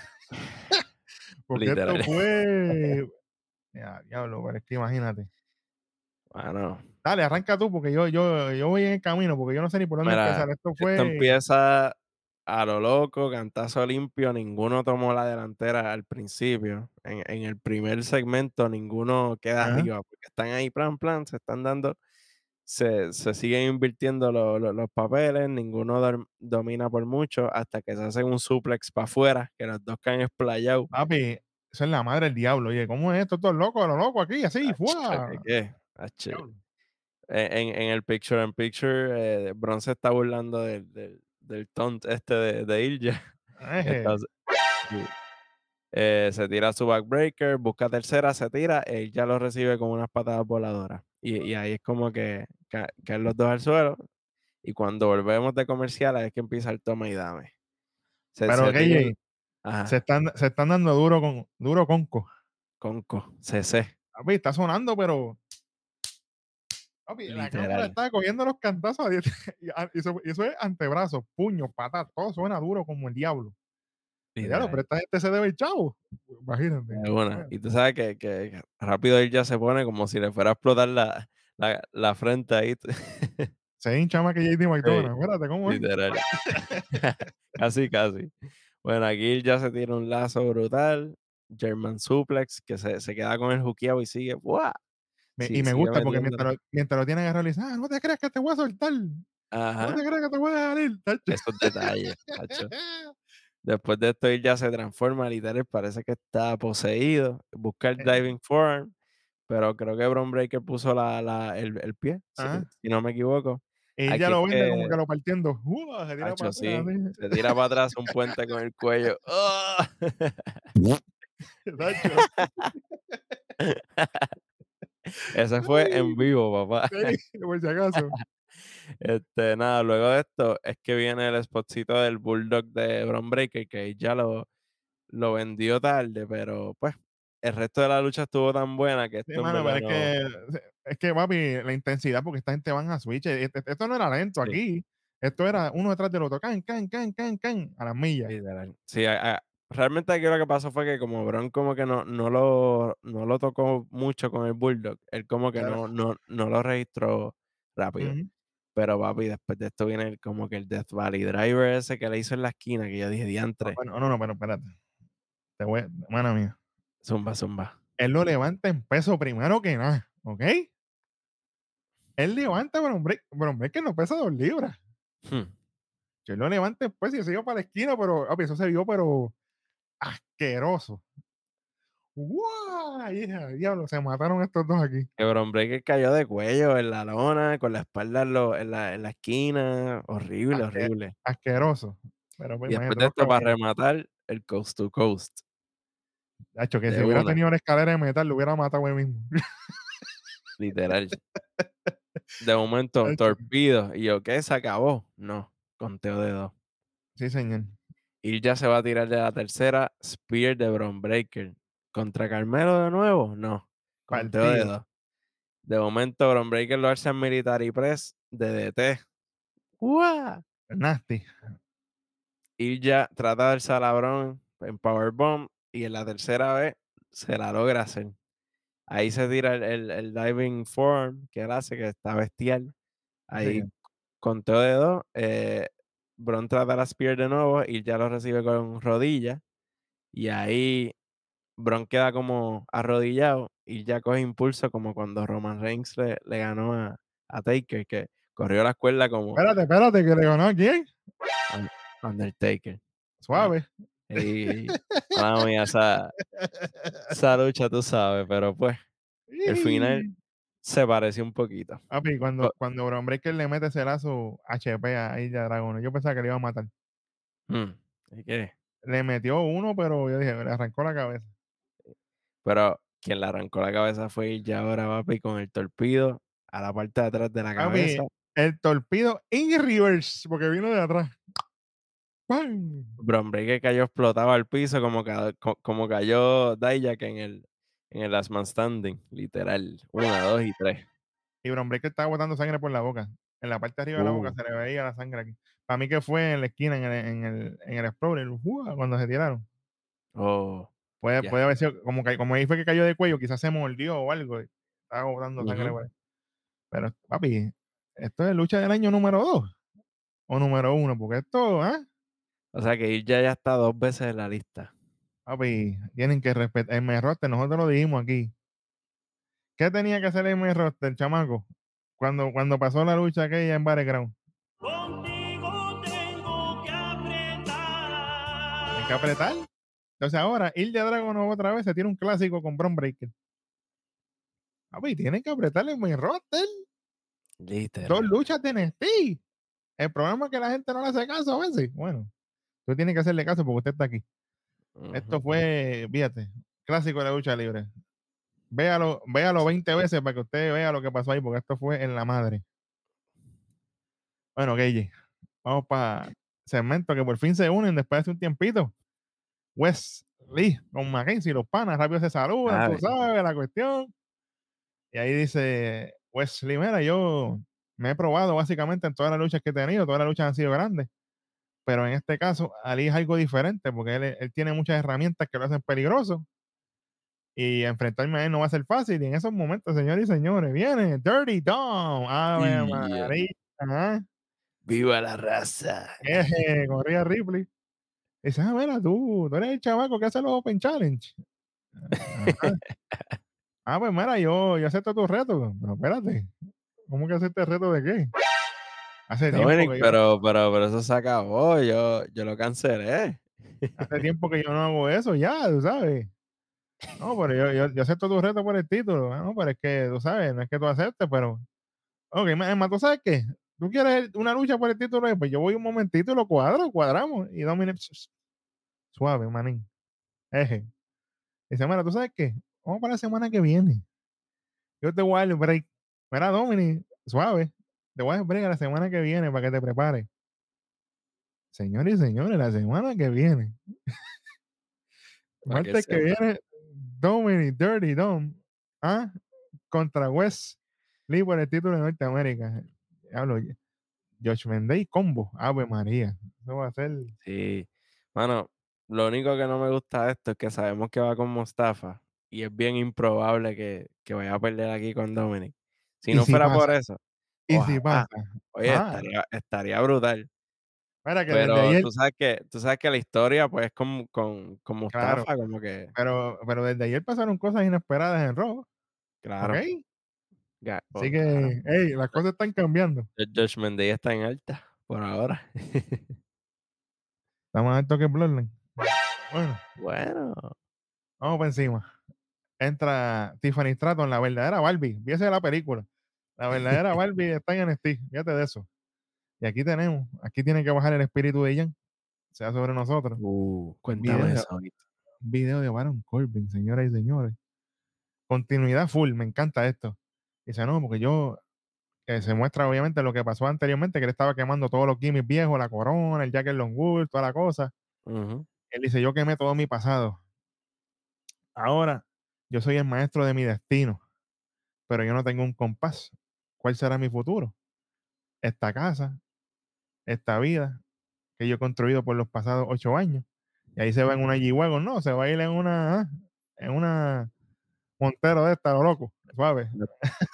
Porque esto
literal.
fue. Es a diablo, pero es que imagínate.
Bueno,
Dale, arranca tú, porque yo, yo, yo voy en el camino, porque yo no sé ni por dónde
mira,
empezar. Esto
esto
fue.
empieza a lo loco, cantazo limpio, ninguno tomó la delantera al principio. En en el primer segmento ninguno queda
Ajá.
arriba, porque están ahí, plan, plan, se están dando se se siguen invirtiendo lo lo los papeles, ninguno dor domina por mucho, hasta que se hacen un suplex para afuera, que los dos caen esplayados.
Papi, eso es la madre del diablo. Oye, ¿cómo es esto? Todo loco, a lo loco aquí, así,
Acho, ¿qué
¡fua!
qué? Ache.
Diablo.
E en en el picture in picture, eh, Bron se está burlando del del del taunt este de de Ilja.
Eje.
Entonces sí, eh, se tira su backbreaker, busca tercera, se tira, él ya lo recibe con unas patadas voladoras. Y y ahí es como que ca caen los dos al suelo, y cuando volvemos de comerciales es que empieza el toma y dame. Se
Pero,
se tiran
K J, se
ajá,
están, se están dando duro con duro conco.
Conco, C C,
Papi, está sonando, pero. Papi, la cámara
literal,
está cogiendo los cantazos a dieta. Y a- y eso, y eso es antebrazo, puño, patas, todo suena duro como el diablo. Diablo, pero
literal,
esta gente se debe el chavo. Imagínate.
de una.
Bueno,
Y tú sabes que que rápido él ya se pone como si le fuera a explotar la la la frente ahí.
se hincha más que J D
Ey,
McDonald. Espérate, ¿cómo es?
literal. Casi, casi. Bueno, aquí ya se tira un lazo brutal, German suplex, que se se queda con el juqueado y sigue, ¡buah!
Me- y
Sí,
me
sigue
gusta porque
metiéndole.
mientras lo, mientras lo tiene agarrado, le dice, ah, no te creas que te voy a soltar. No te
Ajá,
creas que te voy a salir. Tacho.
esos detalles, macho. Después de esto, él ya se transforma, literal, parece que está poseído, busca el
Eh,
diving forearm, pero creo que Bron Breakker puso la la el el pie, si
ajá.
si no me equivoco.
Y ya
Aquí es
lo vende como
que,
que lo partiendo. ¡Uah! Se tira para
macho,
atrás.
sí,
Así.
se tira para atrás un puente con el cuello. ¡Ah!
Tacho.
Ese fue
Ay,
en vivo, papá.
sí, por si acaso.
Este, nada, luego de esto es que viene el spotcito del Bulldog de Bron Breakker, que ya lo lo vendió tarde, pero, pues, el resto de la lucha estuvo tan buena que
Sí,
esto en
mano, pero
verdad
es
no
que, es que, papi, la intensidad, porque esta gente van a switch. e- e- Esto no era lento
sí.
aquí. Esto era uno detrás del otro. Can, can, can, can, can, a las millas.
Literal. Sí, a a realmente aquí lo que pasó fue que como Bron como que no no lo no lo tocó mucho con el Bulldog, él como que
Claro.
no no no lo registró rápido.
Ujú.
Pero papi, después de esto viene el como que el Death Valley Driver ese que le hizo en la esquina, que yo dije:
No,
"Diantre,
bueno, no, no, pero espérate. Te voy, mano mía.
zumba, zumba".
Él lo levanta en peso primero que nada, ¿ok? Él levanta, pero hombre, pero hombre, que no pesa dos libras.
Hmm,
Que él lo levanta en peso y se iba para la esquina, pero, papi, eso se vio, pero asqueroso. ¡Guau! Hija, diablo, se mataron estos dos aquí.
que Bron Breakker cayó de cuello en la lona, con la espalda en lo en la en la esquina, horrible,
Asque-
horrible.
asqueroso. Pero pues
Y después
imagínate,
de
unos
esto, para
caballeros.
rematar, el coast to coast,
Hacho, que si
de
hubiera
una,
tenido una escalera de metal, lo hubiera matado él mismo.
literal. De momento,
Hacho,
torpido. Y yo, ¿qué? ¿Se acabó? No, conteo de dos.
sí, señor.
Y ya se va a tirar de la tercera Spear de Bron Breakker. ¿Contra Carmelo de nuevo? No, conteo de
Partido.
dos. De momento, Bron Breakker lo hace en Military Press de D T. ¡Uah!
Nasty.
Y ya trata de alzar a Bron en Powerbomb. Y en la tercera vez se la logra hacer. Ahí se tira el, el, el diving form que él hace, que está bestial.
Sí,
Ahí
señor.
conteo de dos, eh, Bron trata la Spear de nuevo y ya lo recibe con rodilla. Y ahí Bron queda como arrodillado y ya coge impulso como cuando Roman Reigns le, le ganó a, a Taker, que corrió la escuela como
Espérate, espérate, que le ganó a quién.
Un- Undertaker. Mm,
Suave.
Y, mala mía, esa, esa lucha, tú sabes, pero pues, el final se pareció un poquito.
Papi, cuando,
Co-
cuando Bron Breaker le mete ese lazo H P a Ilya Dragunov, yo pensaba que le iba a matar.
Mm, ¿y qué?
Le metió uno, pero yo dije, le arrancó la cabeza.
Pero quien le arrancó la cabeza fue ya ahora, papi, con el torpedo a la parte de atrás de la
Papi,
cabeza.
el torpedo in reverse, porque vino de atrás. ¡Pam!
Bron Breakker cayó explotado al piso como, ca- co- como cayó Dijak en el, en el Last Man Standing, literal. Una, dos y tres.
Y Bron Breakker estaba botando sangre por la boca. En la parte de arriba de la boca
Uh,
se le veía la sangre aquí. Para mí que fue en la esquina, en el, en el, en el Explorer, ¡ua! Cuando se tiraron.
oh,
Puede,
ya.
puede haber sido, como, que, como ahí fue que cayó de cuello, quizás se mordió o algo. Y estaba botando sangre
Ujú.
por ahí. Pero, papi, esto es lucha del año número dos o número uno, porque esto, ¿ah?
O sea que Ilja ya está dos veces en la lista.
Papi, tienen que respetar. El M roster, nosotros lo dijimos aquí. ¿Qué tenía que hacer el M roster, chamaco? Cuando, cuando pasó la lucha aquella en Battleground.
Contigo tengo que
Hay que
apretar.
apretar. Entonces ahora, Ilja Dragunov otra vez se tiene un clásico con Bron Breaker. Papi, tienen que apretarle el main roster. Dos
Literal.
luchas de N X T. El problema es que la gente no le hace caso a veces. Bueno, tú tienes que hacerle caso porque usted está aquí. Esto
Ujú.
fue, fíjate, clásico de la lucha libre. Véalo, véalo veinte veces para que usted vea lo que pasó ahí, porque esto fue en la madre. Bueno, Gage, vamos para segmento que por fin se unen después de un tiempito. Wes Lee con Mackenzie, los panas, rápido se saludan, tú
¿Sabes?
sabes la cuestión. Y ahí dice Wesley, mira, yo me he probado básicamente en todas las luchas que he tenido, todas las luchas han sido grandes, pero en este caso Ali es algo diferente porque él, él tiene muchas herramientas que lo hacen peligroso y enfrentarme a él no va a ser fácil. Y en esos momentos, señores y señores, viene Dirty Dom, Ave
Y,
María, ajá,
¡viva la raza!
eje, corría Ripley. Dice, ah, mira, tú, tú eres el chamaco que hace los Open Challenge. Ajá. Ah, pues mira, yo, yo acepto tu reto, pero espérate, ¿cómo que aceptas el reto de qué? Hace tiempo
Dominic,
que yo,
pero, pero, pero eso se acabó. Yo, yo lo cancelé.
hace tiempo que yo no hago eso ya, tú sabes. No, pero yo, yo, yo acepto tu reto por el título. Ah, no, pero es que tú sabes, no es que tú aceptes, pero. Ok, Emma, ¿tú sabes qué? ¿Tú quieres una lucha por el título? Pues yo voy un momentito y lo cuadro, cuadramos. Y Dominic, suave, manín. Eje. Dice, mira, ¿tú sabes qué? Vamos para la semana que viene. Yo te voy a dar el break. Mira, Dominic, suave. Te voy a dar el break a la semana que viene para que te prepares. Señores y señores, la semana que viene.
Para que
Martes que
sepa.
viene, Dominic Dirty Dom. ¿Ah? Contra West Lee por el título de Norteamérica. Hablo, Josh Mendez combo. Ave María. Eso va a ser.
Sí. Mano, lo único que no me gusta de esto es que sabemos que va con Mustafa y es bien improbable que, que vaya a perder aquí con Dominic. Si
Y
no
si
fuera por
pasa,
eso,
y si
ojalá.
pasa.
Oye,
Ah,
estaría, estaría brutal.
mira que desde
Pero
ayer,
tú sabes que, tú sabes que la historia, pues, con, con, con
claro,
Mustafa, como que,
pero, pero desde ayer pasaron cosas inesperadas en Raw. ¿Ok?
claro, ga-
Así
oh, claro.
que, hey, las cosas están cambiando.
El Josh Mendez está en alta por ahora.
Estamos alto que Bloodline. Bueno,
Bueno,
vamos para encima. Entra Tiffany Stratton, la verdadera Barbie. Viese la película. La verdadera Barbie está en N X T. Fíjate de eso. Y aquí tenemos, aquí tiene que bajar el espíritu de Jan, sea sobre nosotros.
uh,
Video
cuéntame
de,
eso, Vito.
video de Baron Corbin, señoras y señores. Continuidad full, me encanta esto. Dice, no, porque yo, eh, se muestra obviamente lo que pasó anteriormente, que él estaba quemando todos los gimmicks viejos, la corona, el Jacket Longwood, toda la cosa.
Ujú.
Él dice, yo quemé todo mi pasado. Ahora, yo soy el maestro de mi destino, pero yo no tengo un compás. ¿Cuál será mi futuro? Esta casa, esta vida que yo he construido por los pasados ocho años. Y ahí se va en una G-Wagon, no, se va a ir en una, ah, en una Montero de esta, lo loco, suave.
No,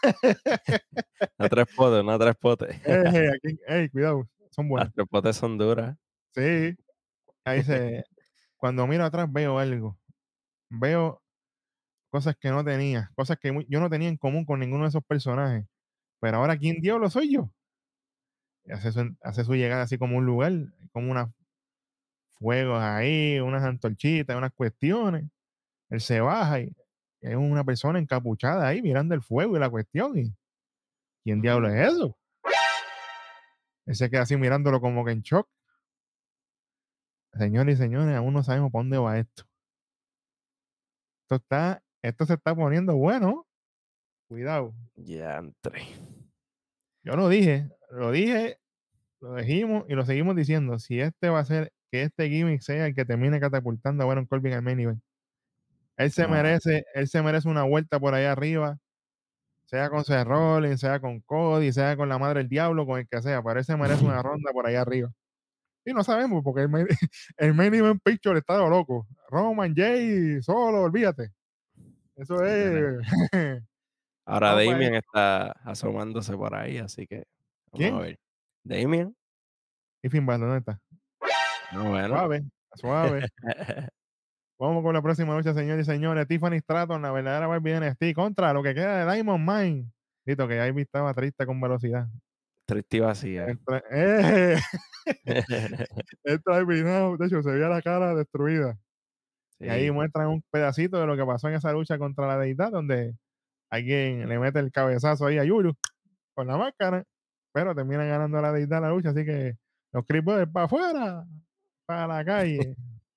no tres potes, no tres potes.
Ey, aquí, ey, cuidado, son
Las
buenas.
tres potes son duras.
Sí, ahí se, cuando miro atrás veo algo, veo cosas que no tenía, cosas que mu- yo no tenía en común con ninguno de esos personajes. Pero ahora, ¿quién diablo soy yo? Y hace su, hace su llegada así como un lugar, como una fuegos ahí, unas antorchitas, unas cuestiones. Él se baja y hay una persona encapuchada ahí mirando el fuego y la cuestión. Y ¿quién diablo
Ujú.
es eso? Él se queda así mirándolo como que en shock. Señores y señores, aún no sabemos para dónde va esto. Esto está, esto se está poniendo bueno. Cuidado.
Diantre.
Yo lo dije, lo dije, lo dijimos y lo seguimos diciendo. Si este va a ser, que este gimmick sea el que termine catapultando a Baron Corbin al main event. Él se
No.
merece, él se merece una vuelta por allá arriba, sea con Seth Rollins, sea con Cody, sea con la madre del diablo, con el que sea, pero él se merece una ronda por allá arriba. Y no sabemos, porque el main, el main event picture está de loco. Roman, Jay, solo, olvídate. Eso
Sí,
es.
Ahora
Vamos para allá.
Damien está asomándose por ahí, así que vamos a
¿Quién?
ver. Damien,
Y Finn Balor, ¿dónde está?
no, bueno.
Suave, suave. Vamos con la próxima lucha, señores y señores. Tiffany Stratton, la verdadera Barbie de N X T, contra lo que queda de Diamond Mine. Dito que ahí estaba triste con velocidad.
Triste y vacía.
Entra- ¡Eh! Entra el video, de hecho, se veía la cara destruida. Y ahí
Sí.
muestran un pedacito de lo que pasó en esa lucha contra la deidad, donde alguien le mete el cabezazo ahí a Yuru con la máscara, pero terminan ganando a la deidad la lucha, así que los creepers para afuera, para la calle.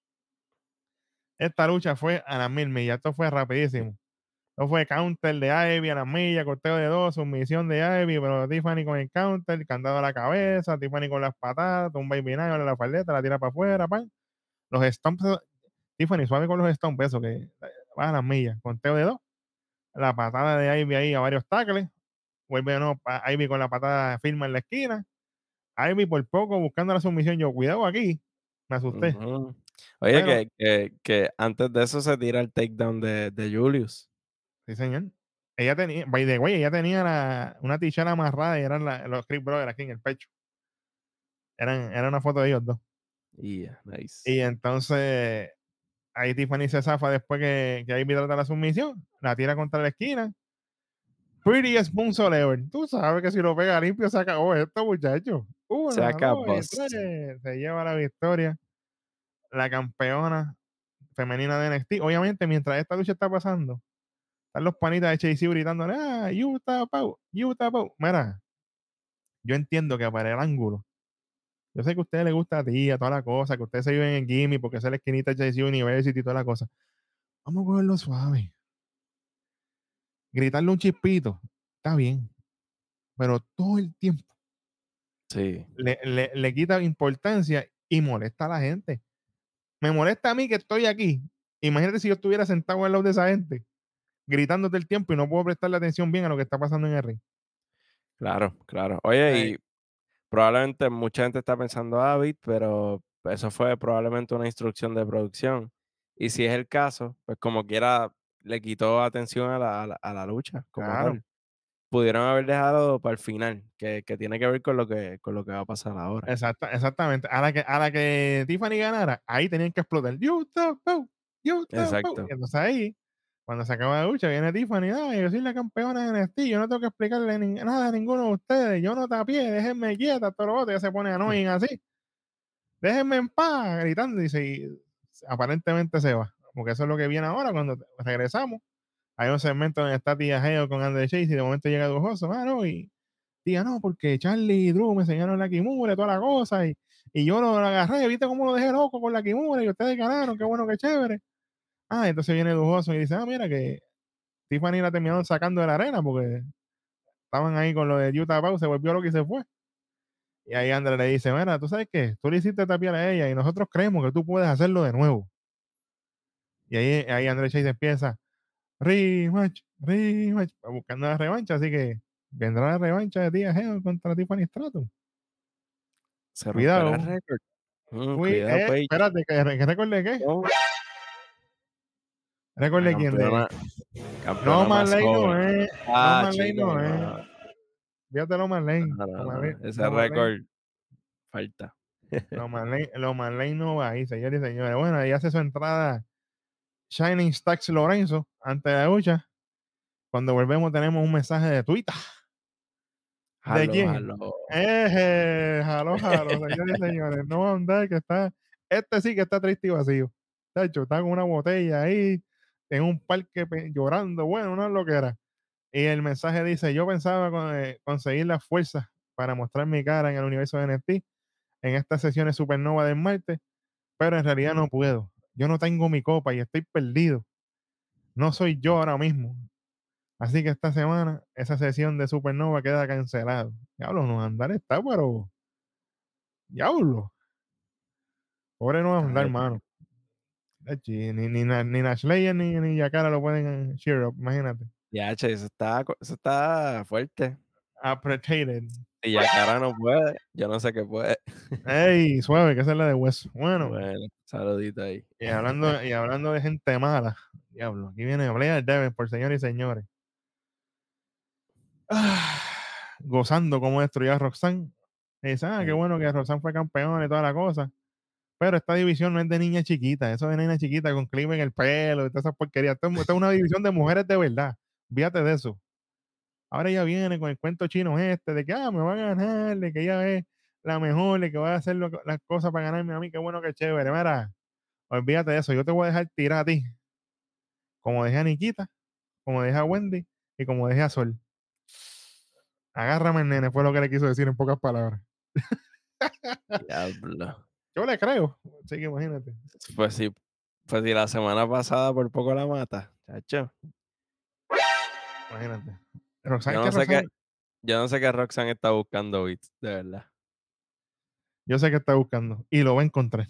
Esta lucha fue a las mil millas, esto fue rapidísimo. Esto fue counter de Ivy a las millas, corteo de dos, sumisión de Ivy, pero Tiffany con el counter, candado a la cabeza, Tiffany con las patadas, un baby nine, la faldeta, la tira para afuera, pan. Los stomps, Tiffany suave con los stomps, eso que va a las millas, conteo de dos, la patada de Ivy ahí a varios tackles, vuelve de nuevo pa- Ivy con la patada firma en la esquina, Ivy por poco buscando la sumisión, yo cuidado aquí, me asusté,
Ujú. Oye,
pero
que, que, que antes de eso se tira el takedown de, de Julius.
sí señor, ella tenía, by the way, ella tenía la, una tichera amarrada y eran la- los Creep Brothers aquí en el pecho, eran, era una foto de ellos dos,
Yeah, nice.
y entonces ahí Tiffany se zafa después que, que Ivy trata la sumisión, la tira contra la esquina. Pretty sponsor ever. Tú sabes que si lo pega limpio se acabó esto, muchachos.
Se
Una, dos
acabó.
y tres. Se lleva la victoria. La campeona femenina de N X T. Obviamente, mientras esta lucha está pasando, están los panitas de Chase gritándole, ah, Utah Pau, Utah Pau. Mira, yo entiendo que para el ángulo, yo sé que a ustedes les gusta a ti, a toda la cosa, que ustedes se viven en Gimme porque esa es la esquinita de Chase University y toda la cosa. Vamos a cogerlo suave. Gritarle un chispito, está bien, pero todo el tiempo
Sí,
le, le, le quita importancia y molesta a la gente. Me molesta a mí que estoy aquí. Imagínate si yo estuviera sentado al lado de esa gente, gritándote el tiempo y no puedo prestarle atención bien a lo que está pasando en el ring.
claro, claro. Oye,
Ay,
y probablemente mucha gente está pensando Avid, pero eso fue probablemente una instrucción de producción. Y si es el caso, pues como quiera le quitó atención a la, a la, a la lucha como
claro,
tal. Pudieron haber dejado para el final, que, que tiene que ver con lo que, con lo que va a pasar ahora.
exacta, exactamente. A la, que, a la que Tiffany ganara, ahí tenían que explotar. Utah, Pau, Utah, Pau.
Exacto.
Y entonces ahí, cuando se acaba la lucha, viene Tiffany. Ah, yo soy la campeona de N X T. Yo no tengo que explicarle ni- nada a ninguno de ustedes. Yo no tapié, déjenme quieta, todo lo otro. Ya se pone annoying así. Déjenme en paz, gritando, y, se, y aparentemente se va. Porque eso es lo que viene ahora cuando te- regresamos. Hay un segmento donde está Tía Geo con Andre Chase y de momento llega Dujoso, ah, no, y tía, no, porque Charlie y Drew me enseñaron la Kimura y toda la cosa, y, y yo lo, lo agarré, viste cómo lo dejé loco con la Kimura y ustedes ganaron, qué bueno, qué chévere. Ah, entonces viene Dujoso y dice, ah, mira que Tiffany la terminaron sacando de la arena porque estaban ahí con lo de Utah Pau, se volvió loco y se fue. Y ahí Andre le dice, mira, ¿tú sabes qué? Tú le hiciste tapiar a ella y nosotros creemos que tú puedes hacerlo de nuevo. Y ahí, ahí Andre Chase empieza, rematch, rematch, buscando la revancha, así que vendrá la revancha de Tía Geo contra Tiffany Stratton.
Se romperá el
Cuidado.
récord. Mm,
Uy,
cuidado,
eh,
Paige.
espérate, ¿que, que récord de qué?
Oh,
¿Récord
la
de quién? De,
campeona,
no,
campeona más
Marley no
joven.
es, no,
Ah,
Marley
chico,
no es.
no.
Fíjate lo Marley.
No,
Lo
no,
Marley,
no. Ese
lo Marley,
récord falta.
lo Marley, lo Marley no va ahí, señores y señores. Bueno, ahí hace su entrada Shining Stacks Lorenzo ante la lucha. Cuando volvemos tenemos un mensaje de Twitter. ¿De
Jalo,
quién?
jalo.
Eh, jalo, jalo, señores y señores. No andar que está Este sí que está triste y vacío. De hecho, está con una botella ahí en un parque pe- llorando. Bueno, no es lo que era. Y el mensaje dice: yo pensaba con- eh, conseguir las fuerzas para mostrar mi cara en el universo de N F T en estas sesiones supernova del martes, pero en realidad no puedo. Yo no tengo mi copa y estoy perdido. No soy yo ahora mismo. Así que esta semana esa sesión de supernova queda cancelada. Diablo, no andar está, pero diablo. Pobre no andar,
Ay,
hermano. Echi, Ni, ni, Na- ni Nash Leyer ni, ni Yakara lo pueden eh, cheer up, imagínate.
ya, che, eso está, co- eso está fuerte.
Appreciated.
Y ya cara no puede, yo no sé qué puede.
Ey, suave, que esa es la de hueso. Bueno,
Bueno, saludito ahí.
y hablando, y hablando de gente mala, diablo, aquí viene Blair Devin por señores y señores. Ah, gozando como destruyó a Roxanne. Y dice, ah, qué
Ey,
bueno que Roxanne fue campeón y toda la cosa. Pero esta división no es de niña chiquita, eso de niña chiquita con clima en el pelo y todas esas porquerías. Esto, es- esto es una división de mujeres de verdad. Fíjate de eso. Ahora ella viene con el cuento chino este de que ah, me va a ganar, de que ella es la mejor, de que va a hacer lo- las cosas para ganarme a mí, qué bueno, qué chévere. Mira, olvídate de eso, yo te voy a dejar tirar a ti, como dejé a Nikita, como dejé a Wendy y como dejé a Sol. Agárrame, nene, fue lo que le quiso decir en pocas palabras.
diablo.
Yo le creo, así que imagínate,
Pues sí, pues si la semana pasada por poco la mata, chacho.
imagínate. Roxanne,
Yo
que
no sé qué,
Roxanne,
yo no sé qué Roxanne está buscando bits, de verdad.
yo sé que está buscando y lo va a encontrar.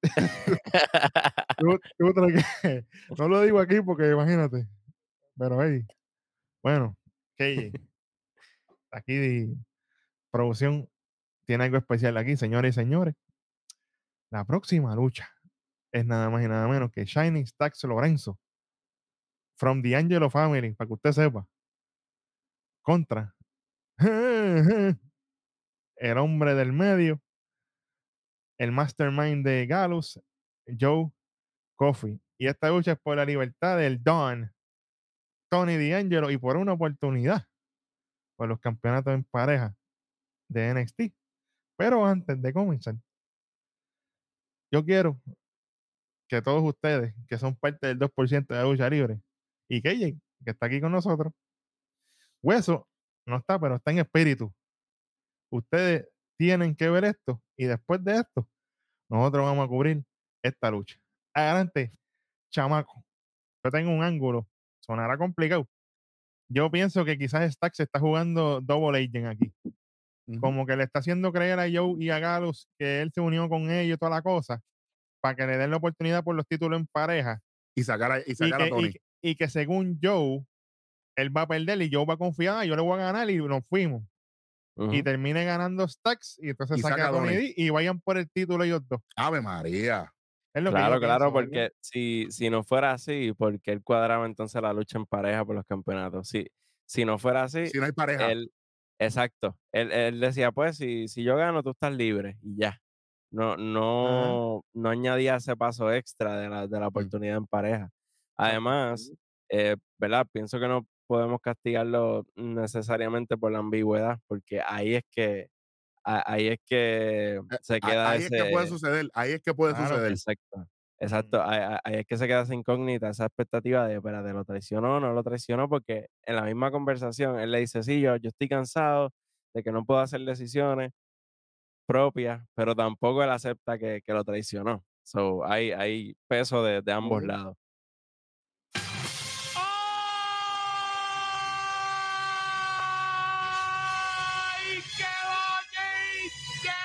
Tú- tú tranqui- no lo digo aquí porque imagínate, pero hey, bueno, K J, aquí producción tiene algo especial aquí, señores y señores. La próxima lucha es nada más y nada menos que Shining Stacks Lorenzo from the Angelo Family, para que usted sepa, contra el hombre del medio, el mastermind de Galus, Joe Coffey. Y esta lucha es por la libertad del Don, Tony D'Angelo, y por una oportunidad por los campeonatos en pareja de N X T. Pero antes de comenzar, yo quiero que todos ustedes, que son parte del dos por ciento de la lucha libre, y K J, que está aquí con nosotros, Hueso no está, pero está en espíritu. Ustedes tienen que ver esto y después de esto, nosotros vamos a cubrir esta lucha. Adelante, chamaco. Yo tengo un ángulo, sonará complicado. Yo pienso que quizás Stack se está jugando Double Agent aquí.
Ujú.
Como que le está haciendo creer a Joe y a Galus que él se unió con ellos y toda la cosa, para que le den la oportunidad por los títulos en pareja.
Y sacar a, y
Y
sacar a
que,
Tony.
y, que- y que según Joe, él va a perder y Joe va a confiar, "Ah, yo le voy a ganar", y nos fuimos. Y
Ujú.
termine ganando Stacks y entonces
Y
saca
saca
a
a
Tony
Tony.
D y vayan por el título ellos dos.
Ave María.
Es lo que
Claro,
yo
claro,
pienso, ¿verdad?
porque si, si no fuera así, porque él cuadraba entonces la lucha en pareja por los campeonatos. Si, si no fuera así,
Si no hay pareja.
él, exacto, él, él decía, pues, si, si yo gano, tú estás libre y ya. No,
Ajá,
no, no añadía ese paso extra de la, de la
Mm.
oportunidad en pareja.
exacto.
Además, eh, ¿verdad? Pienso que no podemos castigarlo necesariamente por la ambigüedad, porque ahí es que, a- ahí es que
Eh,
se
ahí
queda
ahí es que puede
ese,
suceder. Ahí es que puede
Claro.
suceder.
exacto. Exacto,
Mm,
ahí, ahí- ahí es que se queda esa incógnita, esa expectativa de, espérate, ¿lo traicionó o no lo traicionó? Porque en la misma conversación él le dice, sí, yo, yo estoy cansado de que no puedo hacer decisiones propias, pero tampoco él acepta que, que lo traicionó. So, hay, hay peso de, de ambos
Ujú.
lados.
¡Ay, qué bonito!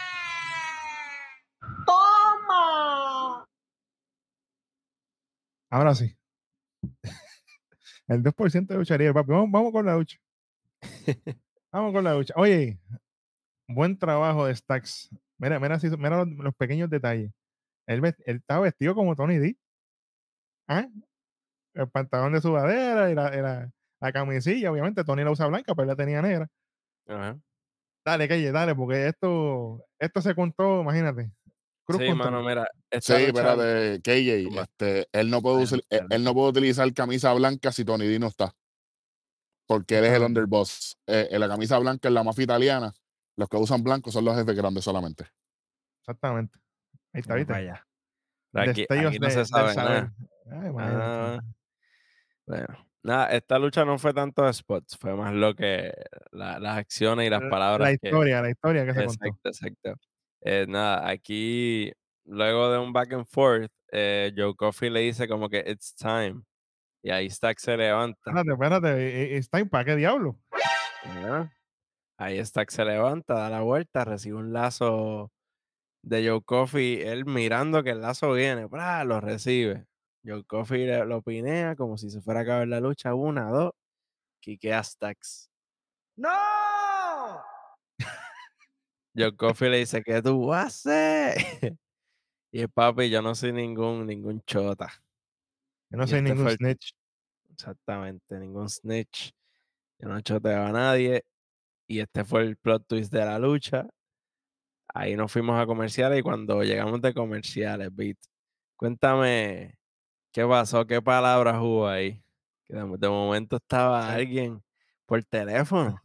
Ahora sí, el dos por ciento de lucha libre, papi. Vamos, vamos con la lucha. Vamos con la lucha. Oye, buen trabajo de Stacks. Mira, mira, si- mira los, los pequeños detalles. Él, vest- él estaba vestido como Tony D. ¿Ah? El pantalón de sudadera y la, y la, la camisilla. Obviamente, Tony la usa blanca, pero él la tenía negra.
Ajá.
Dale, Keye, dale, porque esto, esto se contó, imagínate. Cruz
Sí, mano,
control.
mira, esta
Sí,
lucha...
espérate, K J,
Zumba.
este, él no puede
Ay,
usar- eh,
espérate.
él no puede utilizar camisa blanca si Tony D no está. Porque él es el
Exactamente.
underboss. Eh, en la camisa blanca es la mafia italiana. Los que usan blanco son los jefes grandes solamente.
Exactamente. Ahí está,
Mira
¿viste?
para allá. Pero aquí,
destellos
aquí no se
de, del
sabe
saber.
nada.
Ay, imagínate.
Ah, bueno. Nada, esta lucha no fue tanto de spots, fue más lo que la- las acciones y las
La,
palabras
la
que.
historia, la historia que se contó.
Exacto, exacto. Eh, nada, aquí, luego de un back and forth, eh, Joe Coffey le dice como que it's time. Y ahí Stack se levanta.
Espérate, espérate. ¿Está para qué diablo?
Ajá. Ahí Stack se levanta, da la vuelta, recibe un lazo de Joe Coffey, él mirando que el lazo viene, ¡bra! Lo recibe. Joe Coffey le- lo pinea como si se fuera a acabar la lucha. Una, dos, quiquea Stacks.
¡No!
Joe Coffey le dice, ¿qué tú haces? Y el papi, yo no soy ningún, ningún chota.
Yo no
Y
soy
este
ningún
fue el,
snitch.
exactamente, ningún snitch. Yo no choteo a nadie. Y este fue el plot twist de la lucha. Ahí nos fuimos a comerciales y cuando llegamos de comerciales, Beat, cuéntame qué pasó, qué palabras hubo ahí. Que de, de momento estaba
Sí.
alguien por teléfono.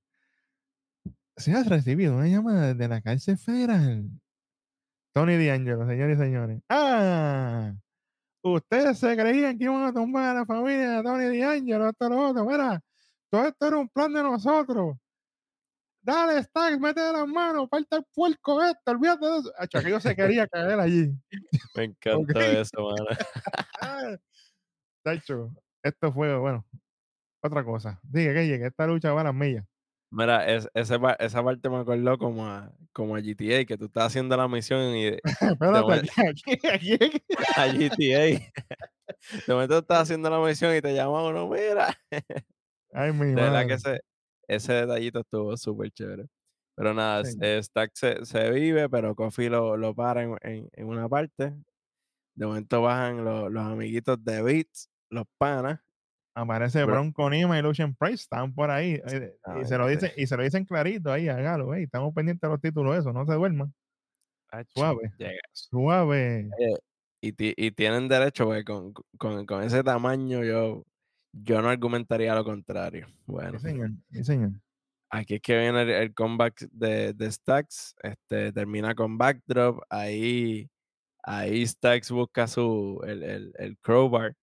Se ha recibido una llamada desde la cárcel federal. Tony D'Angelo, señores y señores. ¡Ah! Ustedes se creían que iban a tumbar a la familia de Tony D'Angelo, esto lo otro. Mira, todo esto era un plan de nosotros. Dale, Stacks, mete las manos, falta el puerco este, olvídate de eso. Acho, aquello se quería caer allí.
Me
¿Ok?
encantó eso, mano.
Ah, Tacho, esto fue, bueno, otra cosa. Dije que llegue, esta lucha va a las millas.
Mira, es, ese pa- esa parte me acordó como a, como a G T A, que tú estás haciendo la misión y de, de
Espérate,
momen-
aquí, aquí, aquí.
a G T A, de momento estás haciendo la misión y te llama uno, mira.
Ay, mi
De verdad que
madre.
ese, ese detallito estuvo súper chévere. Pero nada,
Sí.
es- eh, Stack se, se vive, pero Kofi lo, lo para en, en- en una parte. De momento bajan los, los amiguitos de Beats, los panas.
Aparece
Bro,
Bronco Nima y Lucian Price, están por ahí. eh, Y se lo
exactamente.
dicen, y se lo dicen clarito ahí a Galo, "Ey, estamos pendientes de los títulos, eso, no se duerman.
Acho,
Suave,
llega.
suave.
Eh, y, ti- y tienen derecho, porque con, con, con ese tamaño yo, yo no argumentaría lo contrario.
Sí,
Bueno,
señor, sí, señor.
aquí es que viene el, el comeback de, de Stacks. Este, termina con backdrop. Ahí, ahí Stacks busca su, el, el, el crowbar.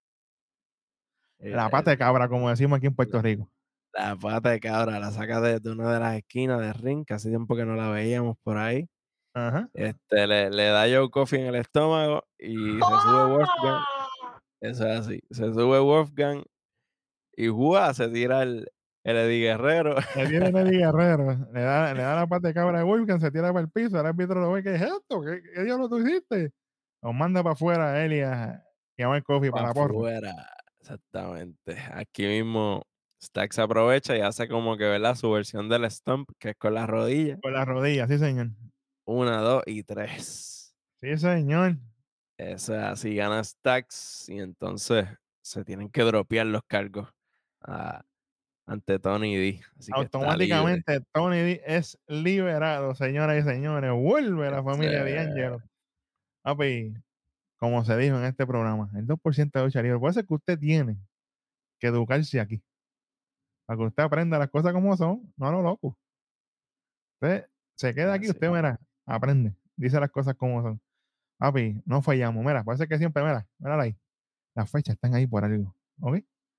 El,
La pata de
el-
cabra, como decimos aquí en
la,
Puerto Rico.
la pata de cabra, la saca de, de una de las esquinas del ring, que hace tiempo que no la veíamos por ahí.
Ajá.
Este, le, le da Joe Coffey en el estómago y se sube Wolfgang. Eso es así. Se sube Wolfgang y ¡guau! Se tira el, el Eddie Guerrero.
Le tiene Eddie Guerrero, le da, le da la pata de cabra de Vulcan, se tira para el piso, el árbitro lo ve, ¿qué es esto? ¿Qué, qué diablo tú hiciste? Nos manda para afuera a él y a, y a Mark Coffey
Para
para la porra.
afuera. Exactamente. Aquí mismo Stax aprovecha y hace como que, ¿verdad? Su versión del stomp, que es con las rodillas.
Con las rodillas, sí, señor.
Una, dos y tres.
Sí, señor.
Eso es así, gana Stax y entonces se tienen que dropear los cargos a- ante Tony D. Así que está libre.
Automáticamente Tony D es liberado, señoras y señores. Vuelve la familia de
Ese-
Angelo. Papi, como se dijo en este programa, el dos por ciento de lucha libre. Puede ser que usted tiene que educarse aquí. Para que usted aprenda las cosas como son, no a lo loco. Usted se queda aquí,
así.
usted mira, aprende, dice las cosas como son. Papi, no fallamos. Mira, puede ser que siempre, mira, mira ahí. Las fechas están ahí por algo. ¿Ok?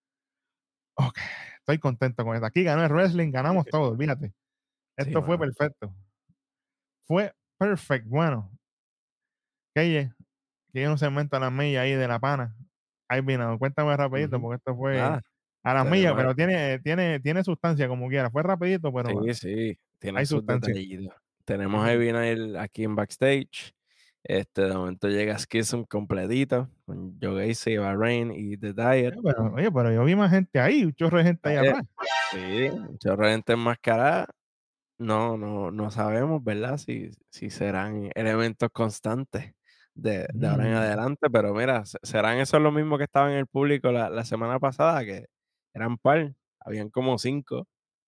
Ok. Estoy contento con esto. Aquí ganó el wrestling, ganamos todo, olvídate.
Sí,
Esto fue
mano.
perfecto. Fue perfecto. Bueno, Keye, que hay un segmento a las millas ahí de la pana. Ahí vino, cuéntame rapidito,
Ujú.
porque esto fue
Nada,
a las millas,
tenemos,
pero tiene, tiene, tiene sustancia como quiera. Fue rapidito, pero
sí, sí, tiene
hay
sus
sustancia.
detallitos.
Sí,
Tenemos a
señor.
Vinyl aquí en backstage. Este, de momento llega Schism completito con Joe Gacy, Bahrain y The Diet.
Eh, pero, oye, pero yo vi más gente ahí, un chorro de gente ahí
Eh,
atrás.
sí, un chorro de gente enmascarada. No, no, no sabemos, ¿verdad? Si, si serán elementos constantes de, de ahora en
Mm,
adelante, pero mira, se- serán esos los mismos que estaban en el público la, la semana pasada, que eran par, habían como cinco.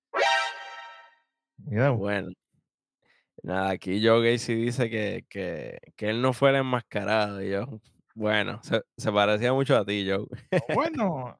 cuidado.
Bueno, nada, aquí Joe Gacy dice que, que, que él no fue el enmascarado. Y yo, bueno, se, se parecía mucho a ti, Joe.
Bueno,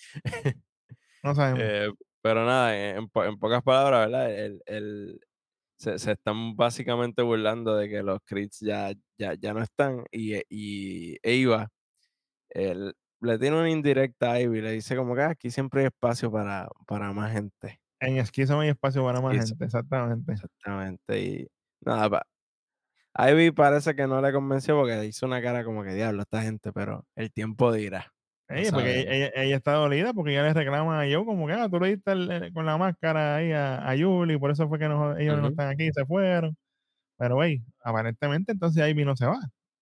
no sabemos.
Eh, pero nada, en, en po- en pocas palabras, ¿verdad? El, el, se, se están básicamente burlando de que los Creeds ya, ya, ya no están y, e- y Eva él, le tiene una indirecta a Ivy, le dice como que "Ah, aquí siempre hay espacio para, para más gente.
En Esquizo hay espacio para más
Esquizo,
gente, exactamente.
exactamente. Y nada, pa- Ivy parece que no le convenció porque hizo una cara como que diablo esta gente, pero el tiempo dirá. No
Ella, porque
sabemos.
ella, ella está dolida porque ella le reclama a Joe como que ah, tú le diste el- el- con la máscara ahí a, a Julie, por eso fue que no- ellos no
Ujú,
están aquí, se fueron. Pero wey, aparentemente entonces Ivy no se va.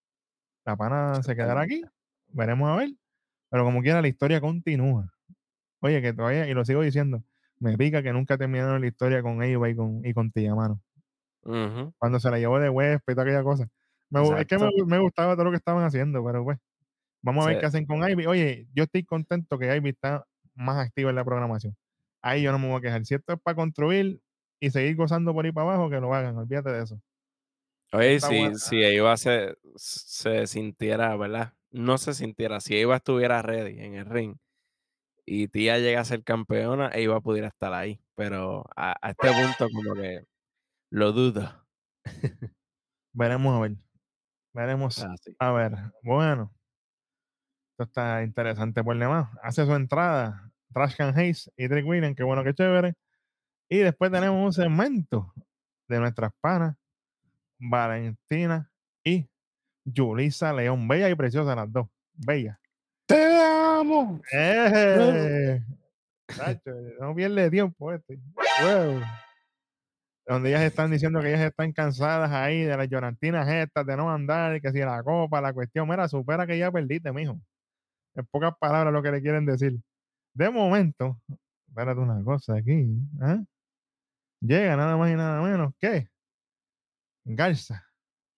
La pana se quedará
exactamente.
aquí, veremos a ver. Pero como quiera, la historia continúa. Oye, que todavía, y lo sigo diciendo, me pica que nunca terminaron la historia con Eva y con, y con Tía Mano.
Ujú,
Cuando se la llevó de huésped y toda aquella cosa. Me gu- es que me,
exacto.
me gustaba todo lo que estaban haciendo, pero pues, vamos a ver qué
Se-
hacen con Ivy. Oye, yo estoy contento que Ivy está más activa en la programación. Ahí yo no me voy a quejar. Si esto es para construir y seguir gozando por ahí para abajo, que lo hagan, olvídate de eso.
Oye,
Está buena.
si, si Eva se, se sintiera, ¿verdad? No se sintiera, si Eva estuviera ready en el ring y Tía llega a ser campeona, Eva pudiera estar ahí. Pero a, a este punto como que lo dudo.
Veremos a ver. Veremos
Ah, sí.
a ver. Bueno, esto está interesante por demás. Hace su entrada Trash Can Hayes y Trick William, qué bueno, qué chévere. Y después tenemos un segmento de nuestras panas, Valentina y Julissa León. Bella y preciosa las dos. Bella.
Te amo.
¡Eh! Tacho, no pierde tiempo este. Huevo. Donde ellas están diciendo que ellas están cansadas ahí de las llorantinas estas, de no andar, que si la copa, la cuestión. Mira, supera que ya perdiste, mijo. En pocas palabras lo que le quieren decir. De momento, espérate una cosa aquí. ¿Ah? Llega nada más y nada menos que Garza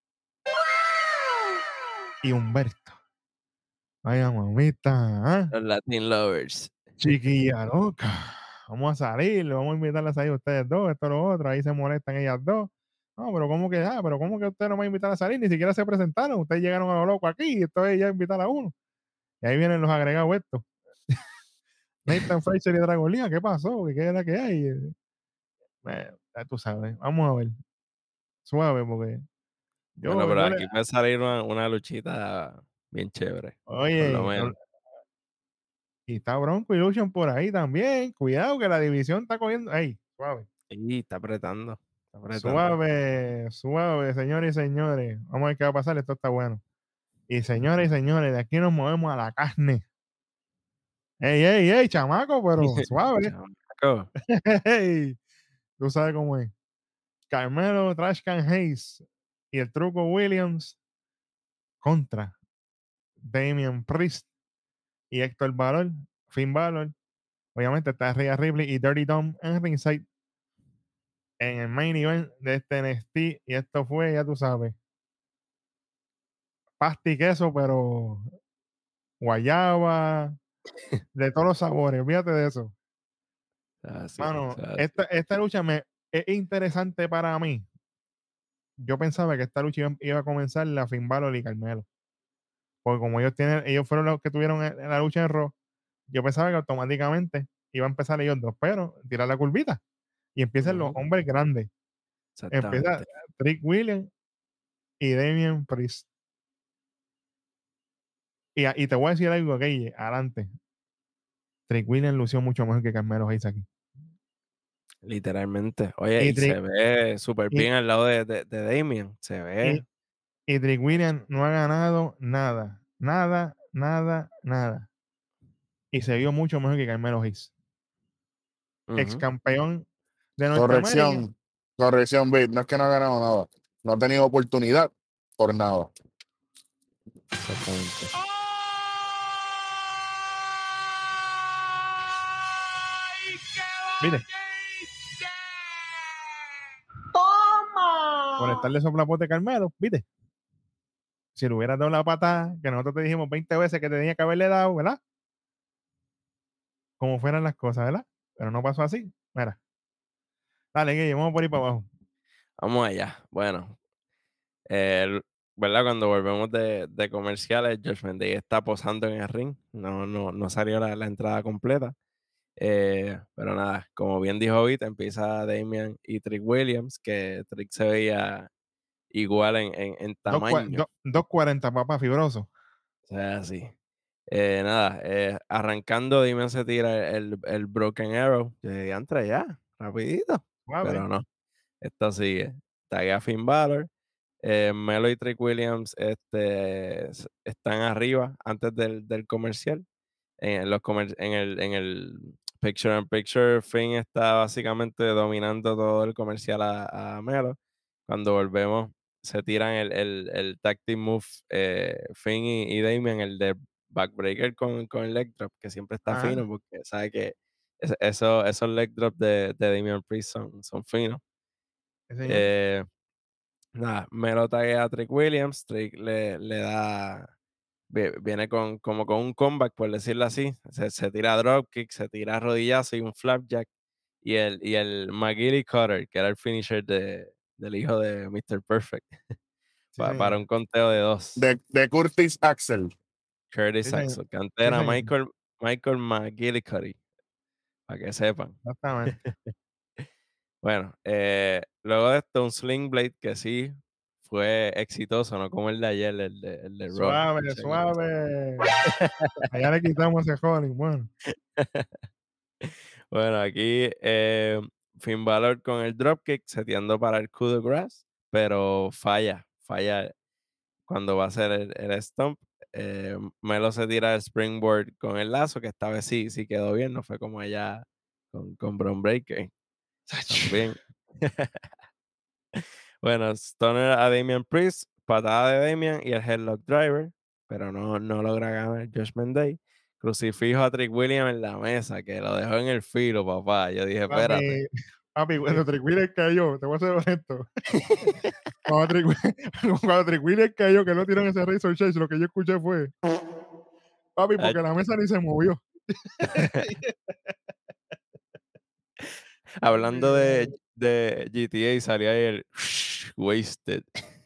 y Humberto. Vaya mamita, ¿ah?
Los Latin Lovers.
Chiquilla loca. Vamos a salir, vamos a invitarlas ahí a ustedes dos, esto, lo otro. Ahí se molestan ellas dos. No, pero ¿cómo que, ah, pero ¿cómo que usted no me va a invitar a salir? Ni siquiera se presentaron. Ustedes llegaron a lo loco aquí y estoy ya a invitar a uno. Y ahí vienen los agregados estos. Nathan Fraser y Dragon Lee, ¿qué pasó? ¿Qué es la que hay? Eh, ya tú sabes. Vamos a ver. Suave, porque
Bueno,
yo,
pero
yo le.
aquí puede salir una, una luchita bien chévere, por lo
Oye,
menos.
y está Bronco Illusion por ahí también. Cuidado que la división está cogiendo. Ey, suave.
Y está apretando, está apretando.
Suave, suave, señores y señores. Vamos a ver qué va a pasar. Esto está bueno. Y señores y señores, de aquí nos movemos a la carne. Ey, ey, ey, chamaco, pero suave.
Chamaco.
Ey, tú sabes cómo es. Carmelo, Trashcan Hayes y el Truco Williams contra Damian Priest y Héctor Balor, Finn Balor. Obviamente está Rhea Ripley y Dirty Dom en ringside en el main event de este N X T. Y esto fue, ya tú sabes, pasta y queso, pero guayaba, de todos los sabores. Olvídate de eso.
Así,
Mano,
así.
esta, esta lucha me, es interesante para mí. Yo pensaba que esta lucha iba, iba a comenzar la Finn Balor y Carmelo. Porque como ellos tienen, ellos fueron los que tuvieron en, en la lucha en Raw, yo pensaba que automáticamente iba a empezar ellos dos, pero tirar la curvita y empiezan los
Ujú,
hombres grandes. Empieza
exactamente.
Trick Williams y Damian Priest. Y, a- y te voy a decir algo aquí, adelante. Trick Williams lució mucho mejor que Carmelo Hayes aquí.
Literalmente. Oye,
Y
y se
Trick,
ve súper
y,
bien al lado de, de, de Damien. Se
y,
ve.
y Trick Williams no ha ganado nada. Nada, nada, nada. Y se vio mucho mejor que Carmelo Hayes. Ex
Ujú,
campeón de Norteamérica.
Corrección, corrección, Bit. No es que no ha ganado nada. No ha tenido oportunidad por nada.
exactamente.
Mire, por
¡Toma!
estarle soplapote a Carmelo, ¿viste? Si le hubiera dado la patada, que nosotros te dijimos veinte veces que tenía que haberle dado, ¿verdad? Como fueran las cosas, ¿verdad? Pero no pasó así. Mira, dale, que vamos por ahí para abajo.
Vamos allá. Bueno, el- ¿verdad? Cuando volvemos de, de comerciales, Judgment Day está posando en el ring. No, no, no salió la, la entrada completa. Eh, pero nada, como bien dijo Vita, empieza Damian y Trick Williams, que Trick se veía igual en, en, en
Dos cua-
tamaño.
do- dos cuarenta, papá, fibroso.
O sea, así. Eh, nada, eh, arrancando, Damian se tira el, el Broken Arrow. Yo dije, entra ya, rapidito.
Suave.
Pero no, esto sigue. Taguea a Finn Balor. Eh, Melo y Trick Williams este, s- están arriba antes del, del comercial. En, los comer- en, el, en el Picture in Picture, Finn está básicamente dominando todo el comercial a, a Melo. Cuando volvemos, se tiran el, el, el tag team move eh, Finn y, y Damian, el de backbreaker con, con el leg drop, que siempre está
Ajá.
fino, porque sabe que es- eso, esos leg drops de, de Damian Priest son, son finos.
Sí, señor.
Eh, Nada, Melo taguea a Trick Williams, Trick le, le da, vi- viene con, como con un comeback, por decirlo así, se, se tira dropkick, se tira rodillazo y un flapjack, y el, y el McGilly Cutter, que era el finisher de, del hijo de mister Perfect,
Sí,
pa- para
señor.
un conteo de dos.
De, de Curtis Axel.
Curtis
Sí, señor.
Axel, que antes
Sí,
era
señor.
Michael, Michael McGillicuddy, para que sepan.
Exactamente.
Bueno, eh, luego de esto, un Sling Blade que sí fue exitoso, no como el de ayer, el de, el de Raw.
Suave,
Escuché que-
suave. Allá le quitamos ese Holly. Bueno.
Bueno, aquí eh, Finn Balor con el dropkick seteando para el coup de grace, pero falla, falla cuando va a hacer el, el stomp. Eh, Melo se tira el springboard con el lazo, que esta vez sí, sí quedó bien, no fue como allá con, con Bron Breaker también. Bueno, Stoner a Damian Priest, patada de Damian y el headlock driver, pero no, no logra ganar Judgment Day. Crucifijo a Trick William en la mesa, que lo dejó en el filo, papá. Yo dije, espérate.
Papi, papi, cuando Trick Williams cayó, te voy a ser honesto. Cuando Trick, Wi- cuando Trick Williams cayó, que no tiraron ese Razor Chase, lo que yo escuché fue, papi, porque la mesa ni se movió.
Hablando de, de G T A, salía ahí el Wasted.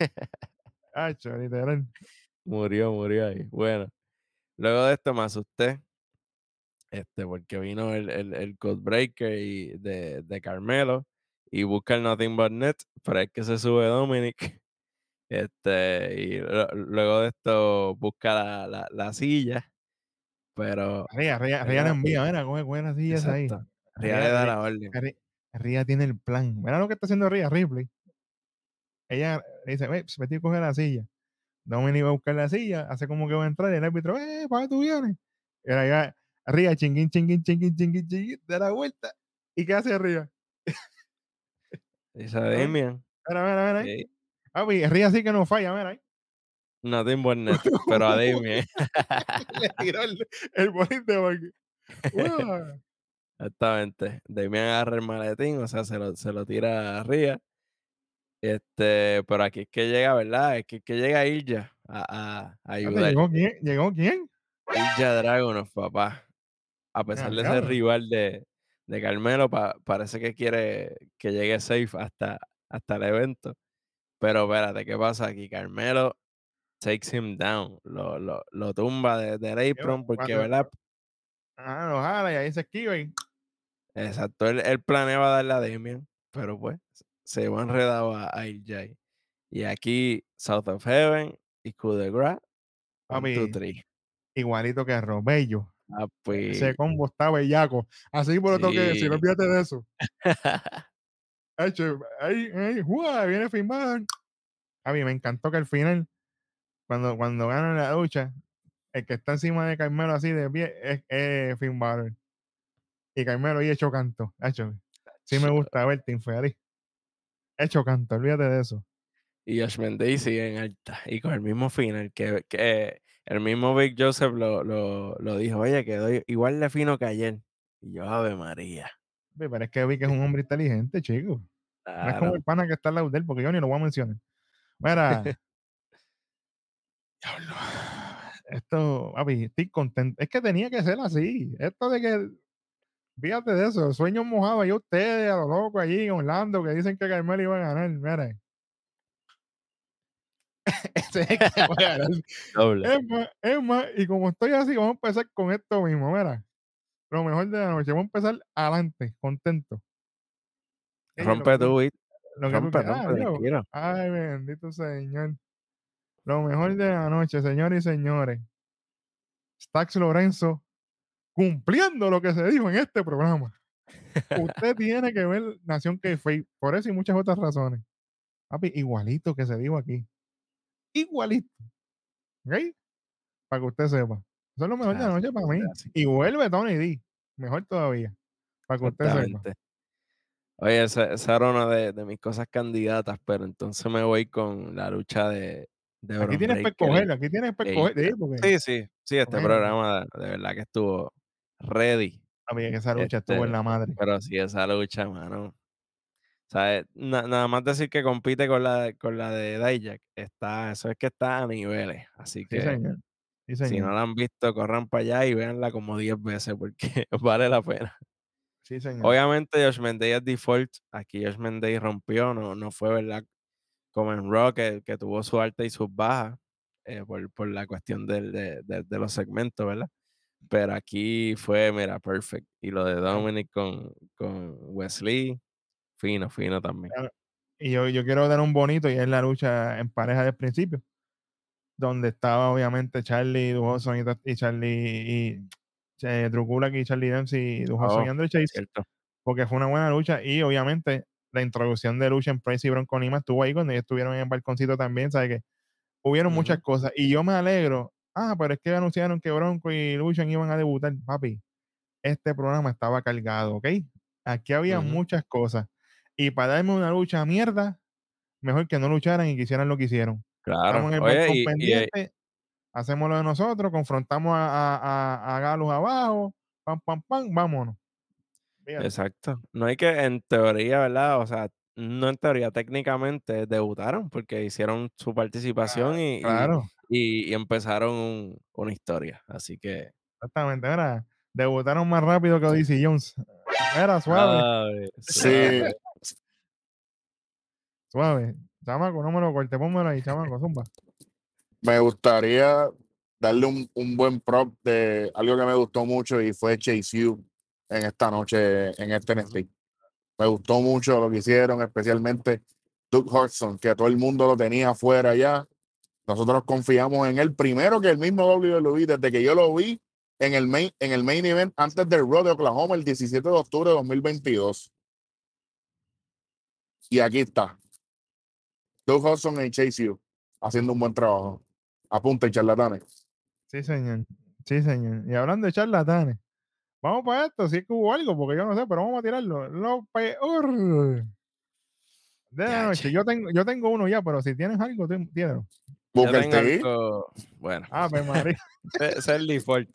Hacho, literal.
Murió, murió ahí. Bueno, luego de esto me asusté. Este, porque vino el, el, el Codebreaker y de, de Carmelo y busca el Nothing But Net, pero es que se sube Dominic. Este, y lo- luego de esto busca la, la, la silla, pero,
Ría, Ría, Ría le
¿verdad?
envía, mira, coge, coge la silla esa ahí.
Exacto. Ria le
Ría,
da
Ría,
la orden.
Ría- Ría tiene el plan. Mira lo que está haciendo Ría, Ripley. Ella dice, ve, pues, vete y coge la silla. Dominic va a buscar la silla, hace como que va a entrar y el árbitro, eh, ¿para qué tú vienes? Y ahora ya, Ría, chinguín, chinguín, chinguín, chinguín, chinguín, da la vuelta. ¿Y qué hace Ría?
Dice a
A ver,
Damian,
mira, mira, mira ahí.
que
Papi, Ría sí que no falla, mira ahí.
Nothing But Net, pero a Damian.
Le tiró el, el bolín de porque, ¡Uah!
Exactamente. Damian agarra el maletín, o sea, se lo, se lo tira a Ria. Este, pero aquí es que llega, ¿verdad? Aquí es que llega Ilja a, a, a
Espérate,
ayudar.
¿llegó quién? ¿Llegó quién?
Ilja Dragunov, papá. A
Ah,
pesar de ser
diablo.
rival de, de Carmelo, pa- parece que quiere que llegue safe hasta, hasta el evento. Pero espérate, ¿qué pasa aquí? Carmelo takes him down, lo, lo, lo tumba de- del
Lleva-
apron porque,
Cuando,
¿verdad?
ah, lo jala y ahí se esquiva y
Exacto, él, él planeaba darle a Damian, pero pues se va enredado a, a Ilja. Y aquí South of Heaven y Coup de Grace, one, two,
papi,
three.
igualito que Robello.
Ah,
Ese
pues
combo está bellaco. Así por lo tengo que decir,
sí.
olvídate de eso. Hacho, ahí, ahí, ¡uah! Viene filmado. A mí me encantó que al final, cuando, cuando ganan la lucha, el que está encima de Carmelo así de pie es, es Finn Balor. Y Carmelo ahí hecho canto. Hacho, sí me gusta verte, infeliz. Hecho canto, olvídate de eso.
Y Josh Mendez sigue en alta. Y con el mismo final, que, que el mismo Big Joseph lo, lo, lo dijo, oye, quedó igual de fino que ayer. Y yo, Ave María.
Ve, pero es que vi que es un hombre inteligente, chico. No es como
Claro.
el pana que está al lado de él, porque yo ni lo voy a mencionar. Mira, diablo, esto, papi, estoy contento. Es que tenía que ser así. Esto de que, fíjate de eso, sueños mojados y ustedes a lo loco allí en Orlando que dicen que Carmelo iba a ganar. Mira, ese es el que va a ganar.
Doble.
Es más, es más, y como estoy así, vamos a empezar con esto mismo, mira. lo mejor de la noche. Vamos a empezar adelante, contento. Ella, lo
Rompe
que tú,
tu beat.
lo que tú
Rompe,
quieras. Ah,
rompe,
yo.
tranquilo.
Ay, bendito Señor. Lo mejor de la noche, señores y señores. Stax Lorenzo cumpliendo lo que se dijo en este programa. Usted tiene que ver Nación Kayfabe por eso y muchas otras razones. Papi, igualito que se dijo aquí. Igualito. ¿Ok? Para que usted sepa. Eso es lo mejor de la
Así,
noche para mí.
así.
Y vuelve Tony D. Mejor todavía. Para que usted sepa.
Exactamente. Oye, esa, esa era una de, de mis cosas candidatas, pero entonces me voy con la lucha de, de
Aquí
Bron
tienes para
Breaker
escoger, aquí tienes para
e
escoger. Sí,
Ilja.
porque,
Sí, sí, sí, este
bueno,
programa de, de verdad que estuvo ready.
papi, que esa lucha estuvo en
Este,
la madre.
pero sí, esa lucha, mano. ¿Sabes? Na- nada más decir que compite con la, con la de Dijak, está, eso es que está a niveles. Así
Sí,
que
señor. Sí,
si
señor.
no la han visto, corran para allá y véanla como diez veces porque vale la pena.
Sí, señor.
Obviamente Josh Mendez es default. Aquí Josh Mendez rompió, no, no fue verdad como en Raw que, que tuvo su alta y sus bajas eh, por, por la cuestión del- de, de- de los segmentos, ¿verdad? Pero aquí fue, mira, perfect. Y lo de Dominic con, con Wesley, fino, fino también.
Claro. Y yo, yo quiero dar un bonito y es la lucha en pareja del principio, donde estaba obviamente Charlie Dujoson y, to- y Charlie y eh, Drew Gulak y Charlie Dempsey y Dujoson y
Oh,
Andre Chase,
cierto.
porque fue una buena lucha y obviamente la introducción de lucha en Price y Bronco Nima estuvo ahí cuando ellos estuvieron en el balconcito también, ¿sabes qué? Hubieron muchas
Ujú,
cosas y yo me alegro. Ah, pero es que anunciaron que Bronco y Lucha iban a debutar, papi. Este programa estaba cargado, ¿ok? Aquí había
ujú.
muchas cosas. Y para darme una lucha a mierda, mejor que no lucharan y que hicieran lo que hicieron.
Claro.
Estamos en el
Oye,
balcón
y, y, eh,
pendiente, hacemos lo de nosotros, confrontamos a, a, a, a Galus abajo, pam, pam, pam, vámonos. Fíjate.
exacto. No hay que, en teoría, ¿verdad? O sea, no en teoría, técnicamente debutaron porque hicieron su participación y, y,
Claro,
y- y empezaron un- una historia. Así que.
exactamente. Mira, debutaron más rápido que Odyssey Jones. Era suave,
Suave,
Sí,
suave.
suave. Chamaco, no me lo corte, pónmelo ahí, chamaco, zumba.
me gustaría darle un, un buen prop de algo que me gustó mucho y fue Chase U en esta noche en este N F T. Me gustó mucho lo que hicieron, especialmente Doug Hodgson, que todo el mundo lo tenía afuera ya. Nosotros confiamos en él primero que el mismo W W E, desde que yo lo vi en el main, en el main event antes del Raw de Oklahoma el diecisiete de octubre de dos mil veintidós. Y aquí está, Doug Hodgson y Chase U haciendo un buen trabajo. Apunta y charlatanes.
Sí, señor. Sí, señor. Y hablando de charlatanes, vamos para esto, si es que hubo algo, porque yo no sé, pero vamos a tirarlo. Lo peor de la
Ya,
noche.
che.
Yo tengo, yo tengo uno ya, pero si tienes algo, tú- tíralo.
Yo
Booker
tengo
T.
algo. Bueno,
Ah, pues María.
ese es el default.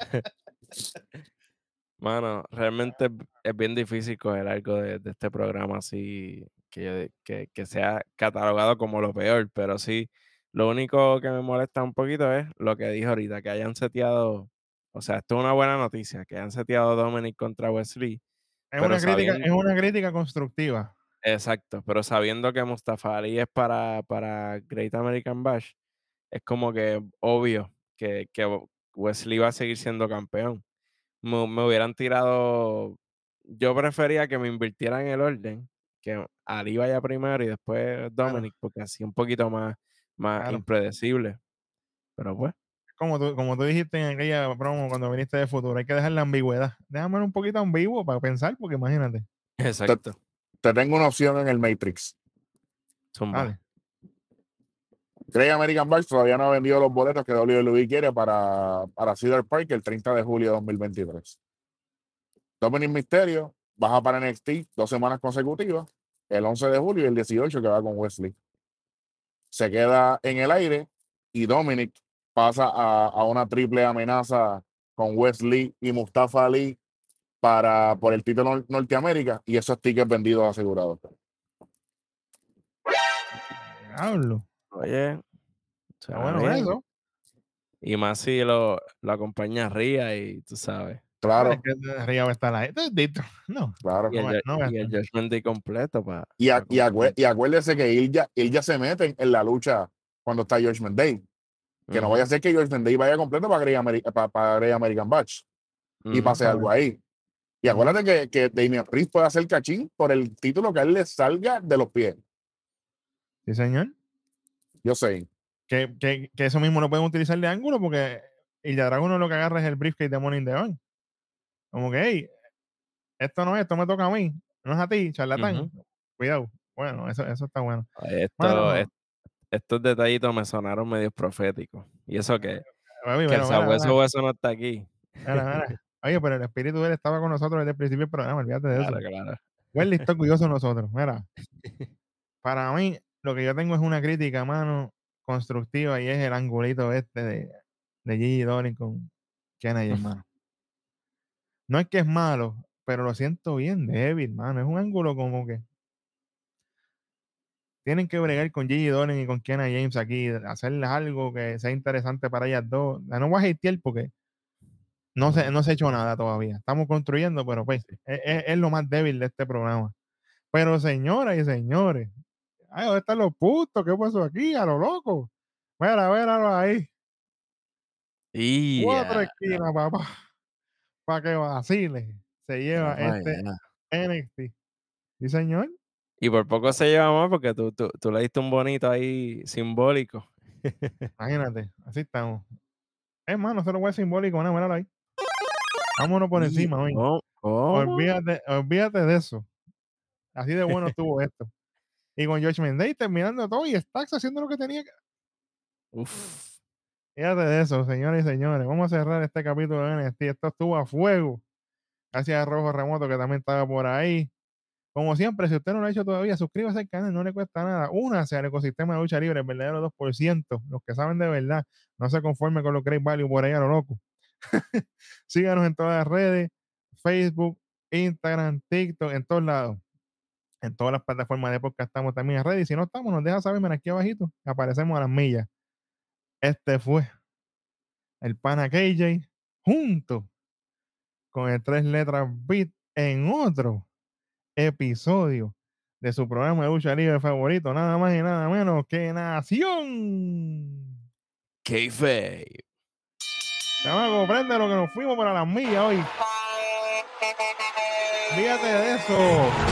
Mano, realmente es es bien difícil coger algo de, de este programa así que, yo- que, que sea catalogado como lo peor, pero sí, lo único que me molesta un poquito es lo que dije ahorita, que hayan seteado, o sea, esto es una buena noticia, que hayan seteado Dominic contra Wesley,
Es
pero
una crítica,
sabiendo,
es una crítica constructiva.
exacto, pero sabiendo que Mustafa Ali es para, para Great American Bash, es como que obvio que, que Wesley va a seguir siendo campeón. Me, me hubieran tirado. Yo prefería que me invirtieran el orden, que Ali vaya primero y después
Claro,
Dominic, porque así un poquito más, más
claro.
impredecible. Pero pues,
Como tú, como tú dijiste en aquella promo cuando viniste de futuro, hay que dejar la ambigüedad. Déjame un poquito ambiguo para pensar, porque imagínate.
Te,
exacto.
te tengo una opción en el Matrix.
Zumba.
Dale.
Great American Bash todavía no ha vendido los boletos que W W E quiere para, para Cedar Park el treinta de julio de dos mil veintitrés. Dominic Mysterio baja para N X T dos semanas consecutivas, el once de julio y el dieciocho que va con Wesley. Se queda en el aire y Dominic pasa a, a una triple amenaza con Wesley y Mustafa Ali para, por el título nor- Norteamérica y esos tickets vendidos asegurados.
Hablo.
Oye,
Está
suena
bueno
bien.
eso.
Y más si lo, lo acompaña Ría y tú sabes.
Bueno, es
Claro,
que arriba va a estar ahí. Dito. No,
claro.
Y
no,
el,
va-
Jo-
no va a
y el
estar.
Judgment Day completo para
Y, a- y, acue-
acompañar.
y acuérdese que él ya, él ya se mete en, en la lucha cuando está Judgment Day. Que no vaya a
Ujú.
ser que Judgment Day vaya completo para Great, Ameri- para, para Great American Bash. y
Ujú.
pase algo ahí. Y acuérdate que, que Damian Priest puede hacer cachín por el título que a él le salga de los pies.
Sí, señor.
Yo sé.
Que, que, que eso mismo lo pueden utilizar de ángulo porque el de Dragon lo que agarra es el briefcase de Money in the Bank. Como que, hey, esto no es, esto me toca a mí, no es a ti, charlatán.
Ujú.
Cuidado. Bueno, eso, eso está bueno.
Esto,
Mano,
est- estos detallitos me sonaron medios proféticos. Y eso que,
baby,
que el
mira, mira, mira,
sabueso hueso no está aquí.
mira, mira. Oye, pero el espíritu de él estaba con nosotros desde el principio del programa, olvídate de
Claro,
eso.
claro.
Welly está orgulloso de nosotros. Mira, para mí, lo que yo tengo es una crítica, mano, constructiva y es el angulito este de, de Gigi Dolin con Kennedy, hermano. No es que es malo, pero lo siento bien débil, mano. Es un ángulo como que tienen que bregar con Gigi Dolin y con Kiana James aquí, hacerles algo que sea interesante para ellas dos. No voy a hatear porque no se,
Ujú.
no se ha hecho nada todavía. Estamos construyendo, pero pues
Sí.
es, es- es lo más débil de este programa. Pero señoras y señores, ay, ¿dónde están los putos? ¿Qué pasó aquí? A lo loco. Mira, míralo ahí.
Y
Cuatro
ya,
esquinas, papá. Para que vacile. Se lleva
mira pa'
este
allá.
N X T. Sí, señor.
Y por poco se lleva más porque tú, tú, tú le diste un bonito ahí simbólico.
Imagínate. Así estamos. Es más, no se lo voy a simbólico, no, míralo ahí. Vámonos por
Y,
encima, hoy.
¿cómo? ¿Cómo?
Olvídate, olvídate de eso. Así de bueno estuvo esto. Y con George Mendez terminando todo y Stax haciendo lo que tenía que.
Uf.
Fíjate de eso, señores y señores. Vamos a cerrar este capítulo de N X T. Esto estuvo a fuego. Gracias a Rojo Remoto que también estaba por ahí. Como siempre, si usted no lo ha hecho todavía, suscríbase al canal, no le cuesta nada. Únase al ecosistema de lucha libre, el verdadero dos por ciento. Los que saben de verdad, no se conforme con los Great Value por ahí a lo loco. Síganos en todas las redes: Facebook, Instagram, TikTok, en todos lados. En todas las plataformas de podcast estamos también en redes. Y si no estamos, nos deja saber, mira, aquí abajito. Aparecemos a las millas. Este fue el pana K J junto con el tres letras Beat en otro episodio de su programa de lucha libre favorito, nada más y nada menos que Nación.
Kayfabe.
Chamaco, prende lo que nos fuimos para las millas hoy. Fíjate de eso.